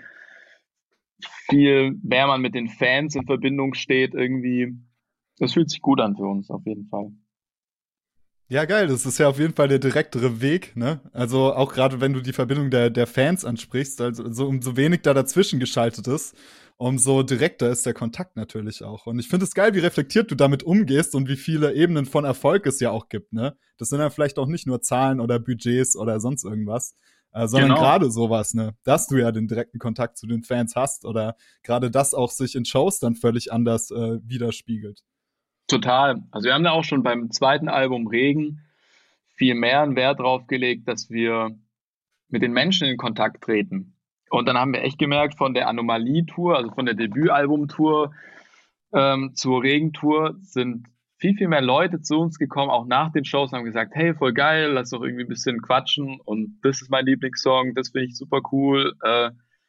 viel mehr man mit den Fans in Verbindung steht irgendwie. Das fühlt sich gut an für uns, auf jeden Fall. Ja, geil, das ist ja auf jeden Fall der direktere Weg, ne? Also auch gerade wenn du die Verbindung der, der Fans ansprichst, also so, umso wenig da dazwischen geschaltet ist, umso direkter ist der Kontakt natürlich auch. Und ich finde es geil, wie reflektiert du damit umgehst und wie viele Ebenen von Erfolg es ja auch gibt, ne? Das sind dann vielleicht auch nicht nur Zahlen oder Budgets oder sonst irgendwas, äh, sondern genau. gerade sowas, ne? Dass du ja den direkten Kontakt zu den Fans hast oder gerade das auch sich in Shows dann völlig anders äh, widerspiegelt. Total. Also wir haben da auch schon beim zweiten Album Regen viel mehr einen Wert drauf gelegt, dass wir mit den Menschen in Kontakt treten. Und dann haben wir echt gemerkt, von der Anomalie-Tour, also von der Debütalbum-Tour ähm, zur Regentour, sind viel, viel mehr Leute zu uns gekommen, auch nach den Shows, und haben gesagt, hey, voll geil, lass doch irgendwie ein bisschen quatschen und das ist mein Lieblingssong, das finde ich super cool. Äh,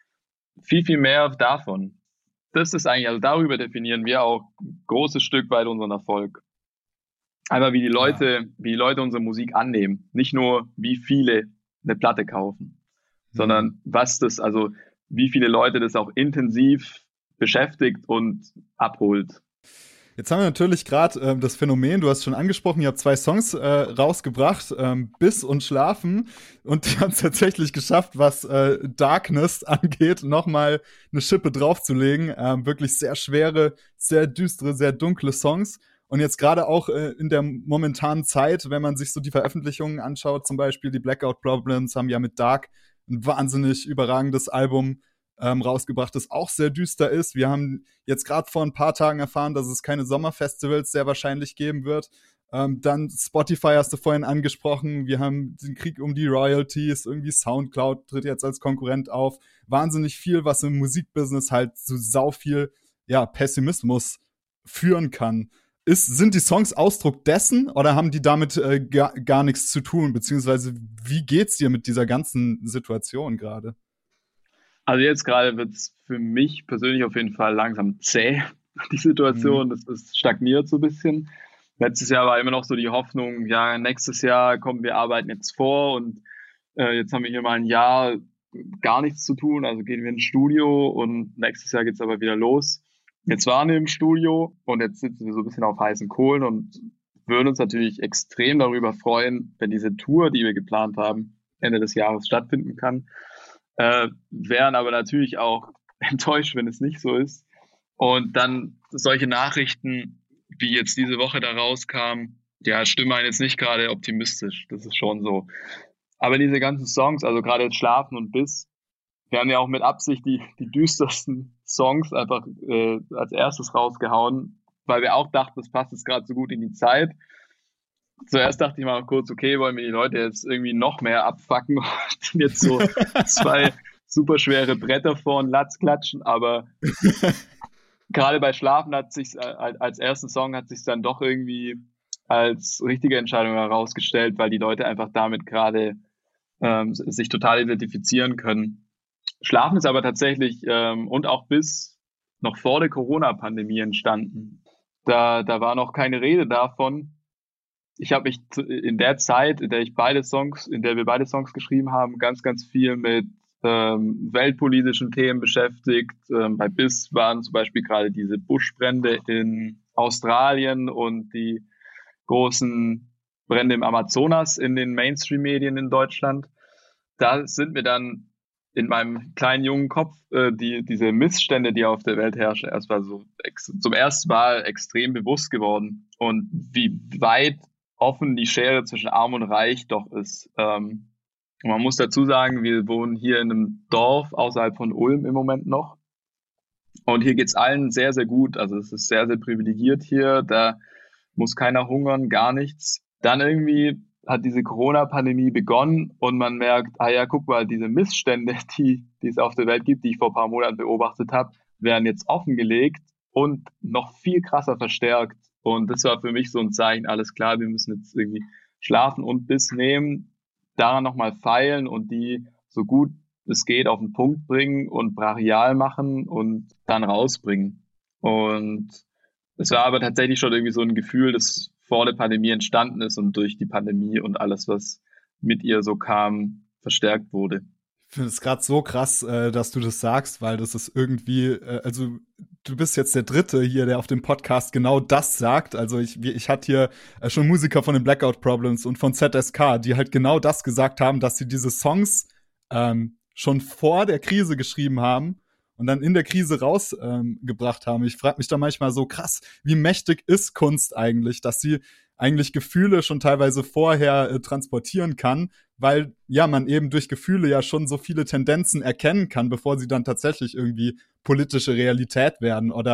viel, viel mehr davon. Das ist eigentlich, also darüber definieren wir auch ein großes Stück weit unseren Erfolg. Einmal wie die Leute, ja. wie die Leute unsere Musik annehmen. Nicht nur, wie viele eine Platte kaufen, mhm. sondern was das, also wie viele Leute das auch intensiv beschäftigt und abholt. Jetzt haben wir natürlich gerade ähm, das Phänomen, du hast schon angesprochen, ihr habt zwei Songs äh, rausgebracht, ähm, Biss und Schlafen, und die haben es tatsächlich geschafft, was äh, Darkness angeht, nochmal eine Schippe draufzulegen. Ähm, wirklich sehr schwere, sehr düstere, sehr dunkle Songs. Und jetzt gerade auch äh, in der momentanen Zeit, wenn man sich so die Veröffentlichungen anschaut, zum Beispiel die Blackout Problems haben ja mit Dark ein wahnsinnig überragendes Album ähm, rausgebracht, das auch sehr düster ist. Wir haben jetzt gerade vor ein paar Tagen erfahren, dass es keine Sommerfestivals sehr wahrscheinlich geben wird. Ähm, dann Spotify hast du vorhin angesprochen. Wir haben den Krieg um die Royalties, irgendwie Soundcloud tritt jetzt als Konkurrent auf. Wahnsinnig viel, was im Musikbusiness halt zu sau viel ja, Pessimismus führen kann. Ist, sind die Songs Ausdruck dessen oder haben die damit äh, gar, gar nichts zu tun? Beziehungsweise wie geht's dir mit dieser ganzen Situation gerade? Also jetzt gerade wird es für mich persönlich auf jeden Fall langsam zäh, die Situation. Mhm. Das ist stagniert so ein bisschen. Letztes Jahr war immer noch so die Hoffnung, ja, nächstes Jahr kommen wir arbeiten jetzt vor und äh, jetzt haben wir hier mal ein Jahr gar nichts zu tun, also gehen wir ins Studio und nächstes Jahr geht's aber wieder los. Jetzt waren wir im Studio und jetzt sitzen wir so ein bisschen auf heißen Kohlen und würden uns natürlich extrem darüber freuen, wenn diese Tour, die wir geplant haben, Ende des Jahres stattfinden kann. Äh, wären aber natürlich auch enttäuscht, wenn es nicht so ist. Und dann solche Nachrichten, wie jetzt diese Woche da rauskam, ja, stimmen einen jetzt nicht gerade optimistisch. Das ist schon so. Aber diese ganzen Songs, also gerade jetzt Schlafen und Biss, wir haben ja auch mit Absicht die, die düstersten Songs einfach äh, als erstes rausgehauen, weil wir auch dachten, das passt jetzt gerade so gut in die Zeit. Zuerst dachte ich mal kurz, okay, wollen wir die Leute jetzt irgendwie noch mehr abfacken und jetzt so zwei super schwere Bretter vor und Latz klatschen, aber gerade bei Schlafen hat sich als ersten Song hat sich dann doch irgendwie als richtige Entscheidung herausgestellt, weil die Leute einfach damit gerade ähm, sich total identifizieren können. Schlafen ist aber tatsächlich ähm, und auch bis noch vor der Corona-Pandemie entstanden. Da, da war noch keine Rede davon. Ich habe mich in der Zeit, in der ich beide Songs, in der wir beide Songs geschrieben haben, ganz, ganz viel mit ähm, weltpolitischen Themen beschäftigt. Ähm, bei Biss waren zum Beispiel gerade diese Buschbrände in Australien und die großen Brände im Amazonas in den Mainstream-Medien in Deutschland. Da sind mir dann in meinem kleinen jungen Kopf äh, die diese Missstände, die auf der Welt herrschen, erstmal so ex- zum ersten Mal extrem bewusst geworden und wie weit offen die Schere zwischen Arm und Reich doch ist. Ähm, und man muss dazu sagen, wir wohnen hier in einem Dorf außerhalb von Ulm im Moment noch und hier geht's allen sehr, sehr gut. Also es ist sehr, sehr privilegiert hier. Da muss keiner hungern, gar nichts. Dann irgendwie hat diese Corona-Pandemie begonnen und man merkt, ah ja, guck mal, diese Missstände, die, die es auf der Welt gibt, die ich vor ein paar Monaten beobachtet habe, werden jetzt offengelegt und noch viel krasser verstärkt. Und das war für mich so ein Zeichen, alles klar, wir müssen jetzt irgendwie Schlafen und Biss nehmen, daran nochmal feilen und die so gut es geht auf den Punkt bringen und brachial machen und dann rausbringen. Und es war aber tatsächlich schon irgendwie so ein Gefühl, das vor der Pandemie entstanden ist und durch die Pandemie und alles, was mit ihr so kam, verstärkt wurde. Ich finde es gerade so krass, äh, dass du das sagst, weil das ist irgendwie, äh, also du bist jetzt der Dritte hier, der auf dem Podcast genau das sagt. Also ich, ich hatte hier äh, schon Musiker von den Blackout Problems und von Z S K, die halt genau das gesagt haben, dass sie diese Songs ähm, schon vor der Krise geschrieben haben und dann in der Krise rausgebracht ähm, haben. Ich frage mich da manchmal so, krass, wie mächtig ist Kunst eigentlich, dass sie eigentlich Gefühle schon teilweise vorher äh, transportieren kann, weil ja man eben durch Gefühle ja schon so viele Tendenzen erkennen kann, bevor sie dann tatsächlich irgendwie politische Realität werden oder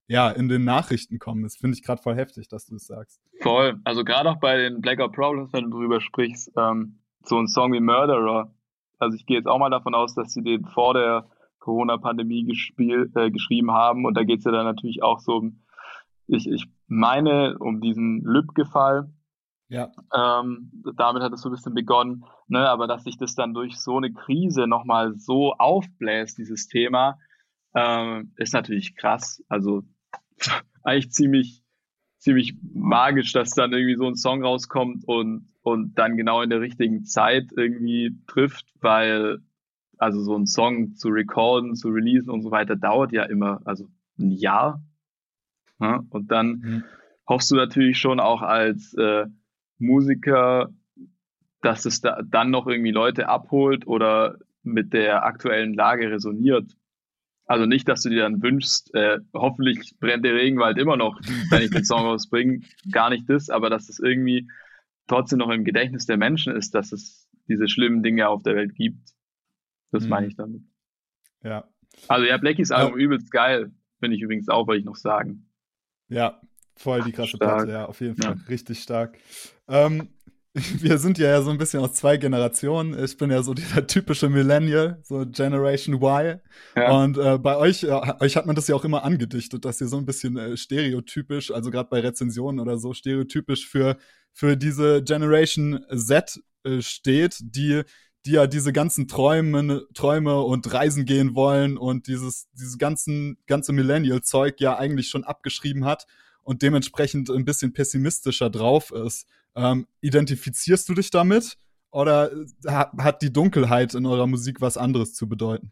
ja, in den Nachrichten kommen. Das finde ich gerade voll heftig, dass du es sagst. Voll. Also gerade auch bei den Blackout Problems, wenn du drüber sprichst, ähm, so ein Song wie Murderer. Also ich gehe jetzt auch mal davon aus, dass sie den vor der Corona-Pandemie gespielt, äh, geschrieben haben. Und da geht es ja dann natürlich auch so um, ich, ich meine, um diesen Lübcke-Fall. Ja. Ähm, damit hat es so ein bisschen begonnen, ne? Aber dass sich das dann durch so eine Krise nochmal so aufbläst, dieses Thema, ähm, ist natürlich krass. Also eigentlich ziemlich, ziemlich magisch, dass dann irgendwie so ein Song rauskommt und, und dann genau in der richtigen Zeit irgendwie trifft, weil also so ein Song zu recorden, zu releasen und so weiter dauert ja immer, also ein Jahr. Ja? Und dann Mhm. hoffst du natürlich schon auch als äh, Musiker, dass es da dann noch irgendwie Leute abholt oder mit der aktuellen Lage resoniert. Also nicht, dass du dir dann wünschst, äh, hoffentlich brennt der Regenwald immer noch, wenn ich den Song rausbringe. Gar nicht das, aber dass es irgendwie trotzdem noch im Gedächtnis der Menschen ist, dass es diese schlimmen Dinge auf der Welt gibt. Das Mhm. meine ich damit. Ja. Also ja, Blackies Album Ja. übelst geil. Finde ich übrigens auch, wollte ich noch sagen. Ja, voll die krasse Stark. Platte, ja, auf jeden Fall. Ja. Richtig stark. Ähm, wir sind ja, ja so ein bisschen aus zwei Generationen. Ich bin ja so dieser typische Millennial, so Generation Y. Ja. Und äh, bei euch, äh, euch hat man das ja auch immer angedichtet, dass ihr so ein bisschen äh, stereotypisch, also gerade bei Rezensionen oder so, stereotypisch für, für diese Generation Z äh, steht, die die ja diese ganzen Träume, Träume und Reisen gehen wollen und dieses, dieses ganzen, ganze Millennial-Zeug ja eigentlich schon abgeschrieben hat und dementsprechend ein bisschen pessimistischer drauf ist. Ähm, identifizierst du dich damit oder ha- hat die Dunkelheit in eurer Musik was anderes zu bedeuten?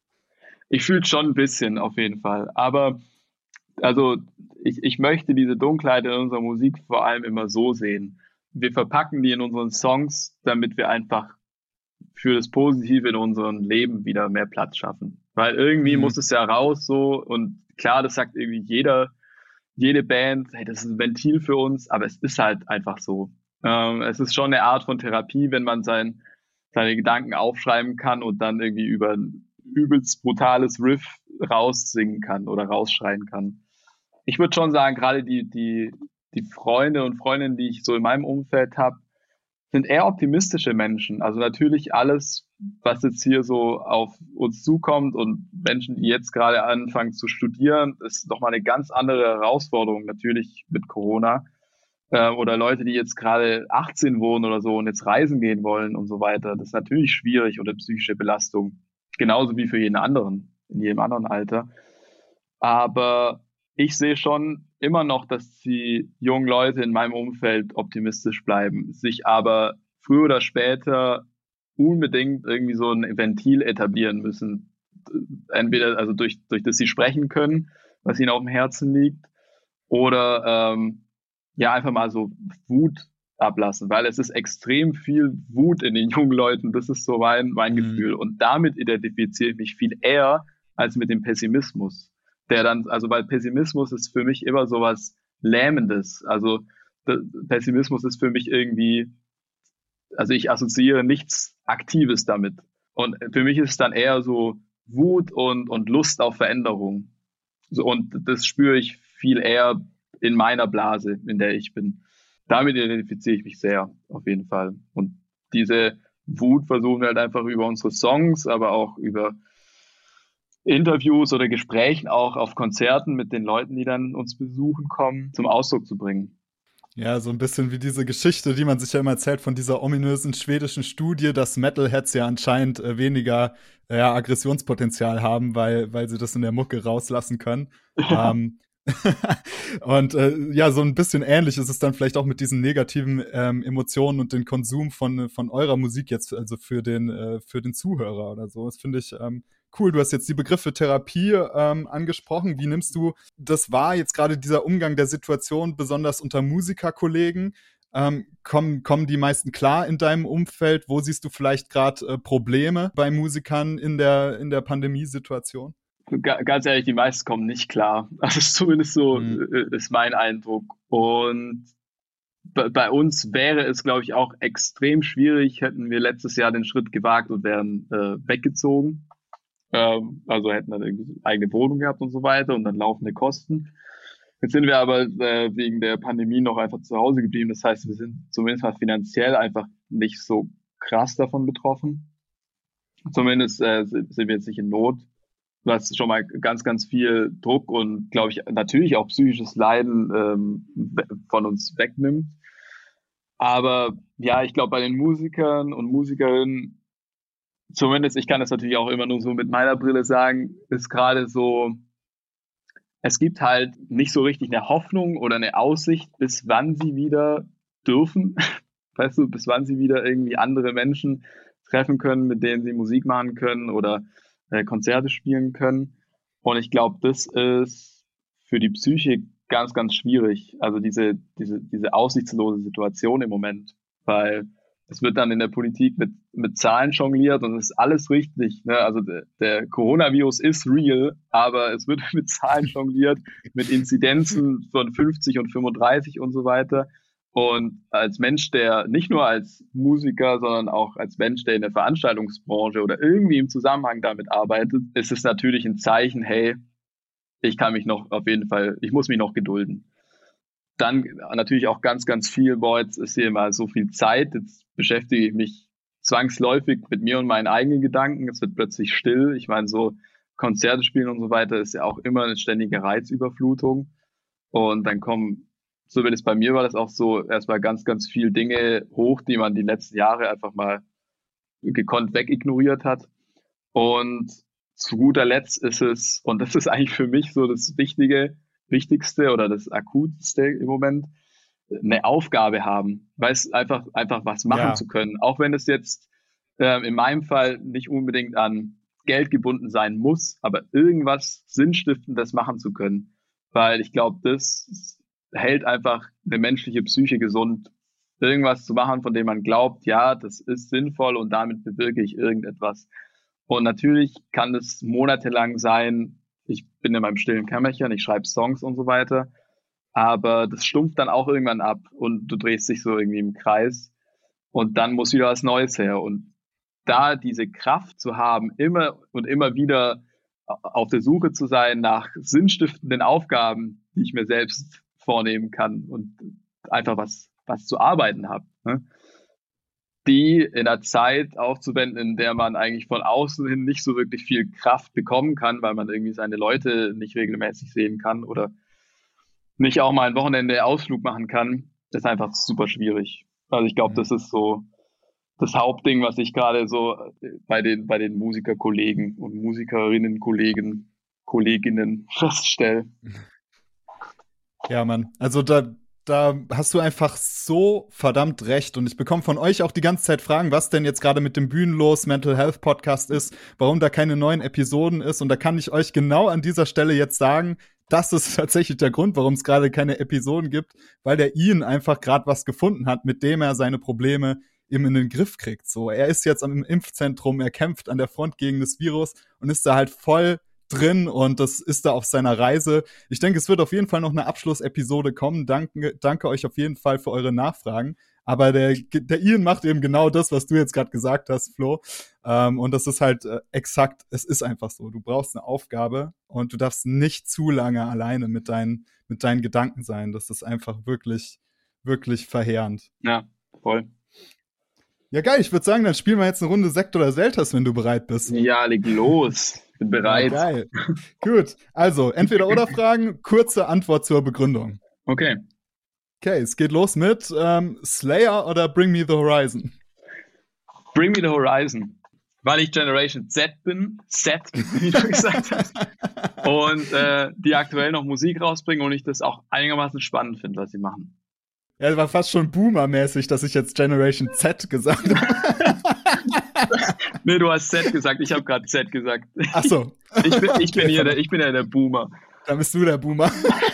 Ich fühle schon ein bisschen auf jeden Fall. Aber also ich, ich möchte diese Dunkelheit in unserer Musik vor allem immer so sehen. Wir verpacken die in unseren Songs, damit wir einfach für das Positive in unserem Leben wieder mehr Platz schaffen. Weil irgendwie Mhm. muss es ja raus so und klar, das sagt irgendwie jeder, jede Band, hey, das ist ein Ventil für uns, aber es ist halt einfach so. Ähm, es ist schon eine Art von Therapie, wenn man sein, seine Gedanken aufschreiben kann und dann irgendwie über ein übelst brutales Riff raussingen kann oder rausschreien kann. Ich würde schon sagen, gerade die, die, die Freunde und Freundinnen, die ich so in meinem Umfeld habe, sind eher optimistische Menschen. Also natürlich alles, was jetzt hier so auf uns zukommt und Menschen, die jetzt gerade anfangen zu studieren, ist nochmal eine ganz andere Herausforderung natürlich mit Corona. Äh, oder Leute, die jetzt gerade achtzehn wohnen oder so und jetzt reisen gehen wollen und so weiter. Das ist natürlich schwierig oder psychische Belastung. Genauso wie für jeden anderen, in jedem anderen Alter. Aber ich sehe schon immer noch, dass die jungen Leute in meinem Umfeld optimistisch bleiben, sich aber früher oder später unbedingt irgendwie so ein Ventil etablieren müssen. Entweder also durch, durch das sie sprechen können, was ihnen auf dem Herzen liegt, oder ähm, ja, einfach mal so Wut ablassen, weil es ist extrem viel Wut in den jungen Leuten. Das ist so mein, mein Mhm. Gefühl. Und damit identifiziere ich mich viel eher als mit dem Pessimismus. Der dann, also weil Pessimismus ist für mich immer sowas Lähmendes. Also Pessimismus ist für mich irgendwie, also ich assoziiere nichts Aktives damit. Und für mich ist es dann eher so Wut und, und Lust auf Veränderung. So, und das spüre ich viel eher in meiner Blase, in der ich bin. Damit identifiziere ich mich sehr, auf jeden Fall. Und diese Wut versuchen wir halt einfach über unsere Songs, aber auch über Interviews oder Gesprächen auch auf Konzerten mit den Leuten, die dann uns besuchen kommen, zum Ausdruck zu bringen. Ja, so ein bisschen wie diese Geschichte, die man sich ja immer erzählt von dieser ominösen schwedischen Studie, dass Metalheads ja anscheinend äh, weniger äh, ja, Aggressionspotenzial haben, weil, weil sie das in der Mucke rauslassen können. Ja. Ähm, und äh, ja, so ein bisschen ähnlich ist es dann vielleicht auch mit diesen negativen ähm, Emotionen und den Konsum von, von eurer Musik jetzt, also für den, äh, für den Zuhörer oder so. Das finde ich ähm, cool. Du hast jetzt die Begriffe Therapie ähm, angesprochen. Wie nimmst du das wahr, jetzt gerade dieser Umgang der Situation, besonders unter Musikerkollegen? Ähm, kommen, kommen die meisten klar in deinem Umfeld? Wo siehst du vielleicht gerade äh, Probleme bei Musikern in der, in der Pandemiesituation? Ganz ehrlich, die meisten kommen nicht klar. Also zumindest so Mhm. ist mein Eindruck. Und bei, bei uns wäre es, glaube ich, auch extrem schwierig, hätten wir letztes Jahr den Schritt gewagt und wären äh, weggezogen. Ähm, also hätten dann irgendwie eigene Wohnung gehabt und so weiter und dann laufende Kosten. Jetzt sind wir aber äh, wegen der Pandemie noch einfach zu Hause geblieben. Das heißt, wir sind zumindest mal finanziell einfach nicht so krass davon betroffen. Zumindest äh, sind wir jetzt nicht in Not, was schon mal ganz, ganz viel Druck und, glaube ich, natürlich auch psychisches Leiden ähm, von uns wegnimmt. Aber ja, ich glaube, bei den Musikern und Musikerinnen, zumindest, ich kann das natürlich auch immer nur so mit meiner Brille sagen, ist gerade so, es gibt halt nicht so richtig eine Hoffnung oder eine Aussicht, bis wann sie wieder dürfen. Weißt du, bis wann sie wieder irgendwie andere Menschen treffen können, mit denen sie Musik machen können oder äh, Konzerte spielen können. Und ich glaube, das ist für die Psyche ganz, ganz schwierig. Also diese, diese, diese aussichtslose Situation im Moment, weil es wird dann in der Politik mit, mit Zahlen jongliert und es ist alles richtig. Ne? Also der, der Coronavirus ist real, aber es wird mit Zahlen jongliert, mit Inzidenzen von fünfzig und fünfunddreißig und so weiter. Und als Mensch, der nicht nur als Musiker, sondern auch als Mensch, der in der Veranstaltungsbranche oder irgendwie im Zusammenhang damit arbeitet, ist es natürlich ein Zeichen, hey, ich kann mich noch auf jeden Fall, ich muss mich noch gedulden. Dann natürlich auch ganz, ganz viel, boah, jetzt ist hier mal so viel Zeit, jetzt beschäftige ich mich zwangsläufig mit mir und meinen eigenen Gedanken, es wird plötzlich still. Ich meine, so Konzerte spielen und so weiter ist ja auch immer eine ständige Reizüberflutung. Und dann kommen, so wie es bei mir war, das auch so erstmal ganz, ganz viel Dinge hoch, die man die letzten Jahre einfach mal gekonnt wegignoriert hat. Und zu guter Letzt ist es, und das ist eigentlich für mich so das Wichtige, Wichtigste oder das Akuteste im Moment, eine Aufgabe haben, weiß einfach, einfach was machen Ja. zu können. Auch wenn es jetzt ähm, in meinem Fall nicht unbedingt an Geld gebunden sein muss, aber irgendwas Sinnstiftendes machen zu können. Weil ich glaube, das hält einfach eine menschliche Psyche gesund, irgendwas zu machen, von dem man glaubt, ja, das ist sinnvoll und damit bewirke ich irgendetwas. Und natürlich kann es monatelang sein, ich bin in meinem stillen Kämmerchen, ich schreibe Songs und so weiter, aber das stumpft dann auch irgendwann ab und du drehst dich so irgendwie im Kreis und dann muss wieder was Neues her. Und da diese Kraft zu haben, immer und immer wieder auf der Suche zu sein nach sinnstiftenden Aufgaben, die ich mir selbst vornehmen kann und einfach was, was zu arbeiten habe, ne? Die in einer Zeit aufzuwenden, in der man eigentlich von außen hin nicht so wirklich viel Kraft bekommen kann, weil man irgendwie seine Leute nicht regelmäßig sehen kann oder nicht auch mal ein Wochenende Ausflug machen kann, ist einfach super schwierig. Also ich glaube, das ist so das Hauptding, was ich gerade so bei den, bei den Musikerkollegen und Musikerinnen, Kollegen, Kolleginnen feststelle. Ja, Mann. Also da, da hast du einfach so verdammt recht. Und ich bekomme von euch auch die ganze Zeit Fragen, was denn jetzt gerade mit dem Bühnenlos Mental Health Podcast ist, warum da keine neuen Episoden ist. Und da kann ich euch genau an dieser Stelle jetzt sagen, das ist tatsächlich der Grund, warum es gerade keine Episoden gibt, weil der Ian einfach gerade was gefunden hat, mit dem er seine Probleme eben in den Griff kriegt. So, er ist jetzt am Impfzentrum, er kämpft an der Front gegen das Virus und ist da halt voll drin und das ist da auf seiner Reise. Ich denke, es wird auf jeden Fall noch eine Abschlussepisode kommen. Danke, danke euch auf jeden Fall für eure Nachfragen. Aber der, der Ian macht eben genau das, was du jetzt gerade gesagt hast, Flo. Ähm, und das ist halt äh, exakt, es ist einfach so. Du brauchst eine Aufgabe und du darfst nicht zu lange alleine mit deinen, mit deinen Gedanken sein. Das ist einfach wirklich, wirklich verheerend. Ja, voll. Ja, geil. Ich würde sagen, dann spielen wir jetzt eine Runde Sekt oder Selters, wenn du bereit bist. Ja, leg los. Bin bereit. Ja, geil. Gut. Also, entweder oder Fragen, kurze Antwort zur Begründung. Okay. Okay, es geht los mit ähm, Slayer oder Bring Me the Horizon. Bring Me the Horizon. Weil ich Generation Z bin, Z, wie du gesagt hast, und äh, die aktuell noch Musik rausbringen und ich das auch einigermaßen spannend finde, was sie machen. Ja, das war fast schon Boomer-mäßig, dass ich jetzt Generation Z gesagt habe. Nee, du hast Z gesagt, ich habe gerade Z gesagt. Ach so. Ich bin, ich bin Okay, hier der, ich bin ja der Boomer. Da bist du der Boomer.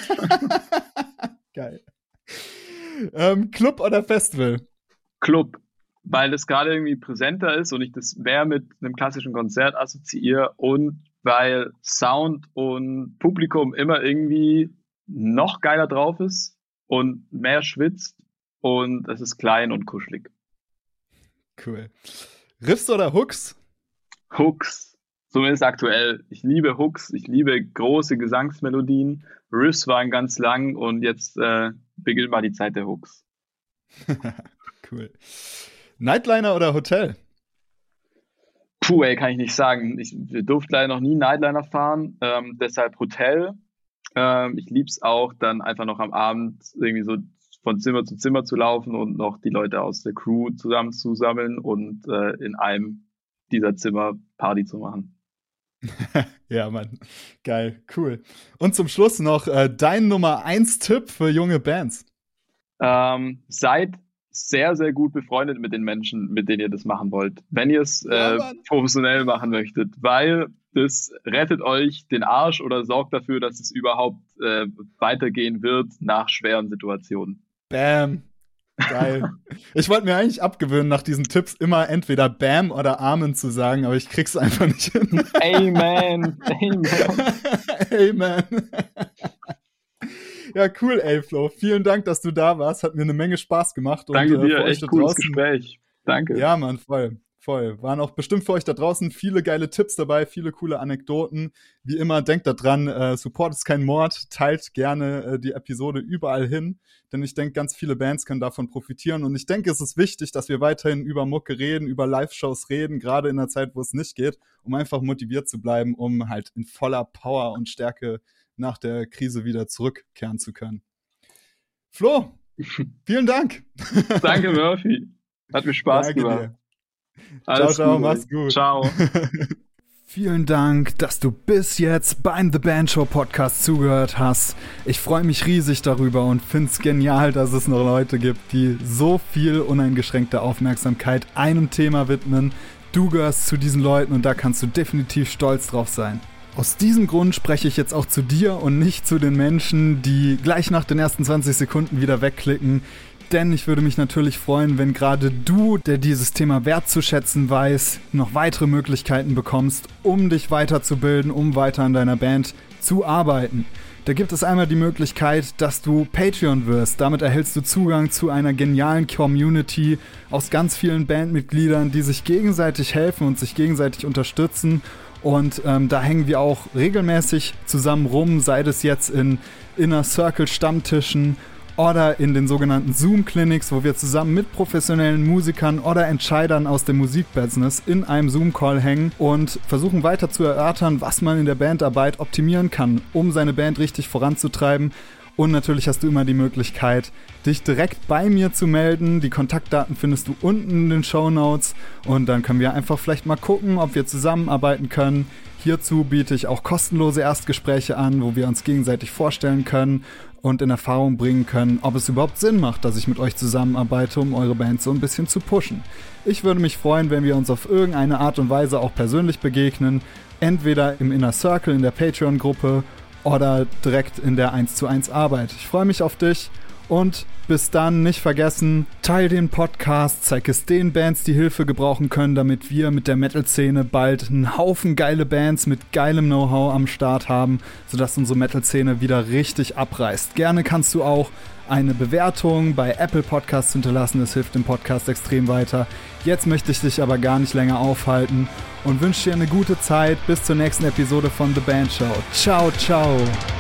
Geil. Ähm, Club oder Festival? Club, weil das gerade irgendwie präsenter ist und ich das mehr mit einem klassischen Konzert assoziiere und weil Sound und Publikum immer irgendwie noch geiler drauf ist und mehr schwitzt und es ist klein und kuschelig. Cool. Riffs oder Hooks? Hooks. Zumindest aktuell. Ich liebe Hooks, ich liebe große Gesangsmelodien. Riffs waren ganz lang und jetzt äh, beginnt mal die Zeit der Hooks. Cool. Nightliner oder Hotel? Puh, ey, kann ich nicht sagen. Ich durfte leider noch nie Nightliner fahren, ähm, deshalb Hotel. Ähm, ich lieb's auch, dann einfach noch am Abend irgendwie so von Zimmer zu Zimmer zu laufen und noch die Leute aus der Crew zusammenzusammeln und äh, in einem dieser Zimmer Party zu machen. Ja, Mann. Geil, cool. Und zum Schluss noch äh, dein Nummer eins Tipp für junge Bands. Ähm, seid sehr, sehr gut befreundet mit den Menschen, mit denen ihr das machen wollt, wenn ihr es äh, ja, professionell machen möchtet, weil das rettet euch den Arsch oder sorgt dafür, dass es überhaupt äh, weitergehen wird nach schweren Situationen. Bam. Geil. Ich wollte mir eigentlich abgewöhnen, nach diesen Tipps immer entweder Bam oder Amen zu sagen, aber ich krieg's einfach nicht hin. Amen. Amen. Amen. Ja, cool, ey, Flo. Vielen Dank, dass du da warst. Hat mir eine Menge Spaß gemacht. Danke und, äh, dir, echt cooles Gespräch. Danke. Ja, Mann, voll. Voll. Waren auch bestimmt für euch da draußen viele geile Tipps dabei, viele coole Anekdoten. Wie immer, denkt da dran, äh, Support ist kein Mord. Teilt gerne äh, die Episode überall hin, denn ich denke, ganz viele Bands können davon profitieren. Und ich denke, es ist wichtig, dass wir weiterhin über Mucke reden, über Live-Shows reden, gerade in der Zeit, wo es nicht geht, um einfach motiviert zu bleiben, um halt in voller Power und Stärke nach der Krise wieder zurückkehren zu können. Flo, vielen Dank. Danke, Murphy. Hat mir Spaß Danke gemacht. Dir. Alles ciao, ciao, gut, mach's gut. Ciao. Vielen Dank, dass du bis jetzt beim The Band Show Podcast zugehört hast. Ich freue mich riesig darüber und finde es genial, dass es noch Leute gibt, die so viel uneingeschränkte Aufmerksamkeit einem Thema widmen. Du gehörst zu diesen Leuten und da kannst du definitiv stolz drauf sein. Aus diesem Grund spreche ich jetzt auch zu dir und nicht zu den Menschen, die gleich nach den ersten zwanzig Sekunden wieder wegklicken. Denn ich würde mich natürlich freuen, wenn gerade du, der dieses Thema wertzuschätzen weiß, noch weitere Möglichkeiten bekommst, um dich weiterzubilden, um weiter an deiner Band zu arbeiten. Da gibt es einmal die Möglichkeit, dass du Patreon wirst. Damit erhältst du Zugang zu einer genialen Community aus ganz vielen Bandmitgliedern, die sich gegenseitig helfen und sich gegenseitig unterstützen. Und ähm, da hängen wir auch regelmäßig zusammen rum, sei es jetzt in Inner Circle Stammtischen oder in den sogenannten Zoom-Clinics, wo wir zusammen mit professionellen Musikern oder Entscheidern aus dem Musikbusiness in einem Zoom-Call hängen und versuchen weiter zu erörtern, was man in der Bandarbeit optimieren kann, um seine Band richtig voranzutreiben. Und natürlich hast du immer die Möglichkeit, dich direkt bei mir zu melden. Die Kontaktdaten findest du unten in den Shownotes und dann können wir einfach vielleicht mal gucken, ob wir zusammenarbeiten können. Hierzu biete ich auch kostenlose Erstgespräche an, wo wir uns gegenseitig vorstellen können und in Erfahrung bringen können, ob es überhaupt Sinn macht, dass ich mit euch zusammenarbeite, um eure Band so ein bisschen zu pushen. Ich würde mich freuen, wenn wir uns auf irgendeine Art und Weise auch persönlich begegnen, entweder im Inner Circle, in der Patreon-Gruppe oder direkt in der eins zu eins Arbeit. Ich freue mich auf dich und bis dann nicht vergessen, teil den Podcast, zeig es den Bands, die Hilfe gebrauchen können, damit wir mit der Metal-Szene bald einen Haufen geile Bands mit geilem Know-how am Start haben, sodass unsere Metal-Szene wieder richtig abreißt. Gerne kannst du auch eine Bewertung bei Apple Podcasts hinterlassen, das hilft dem Podcast extrem weiter. Jetzt möchte ich dich aber gar nicht länger aufhalten und wünsche dir eine gute Zeit. Bis zur nächsten Episode von The Band Show. Ciao, ciao.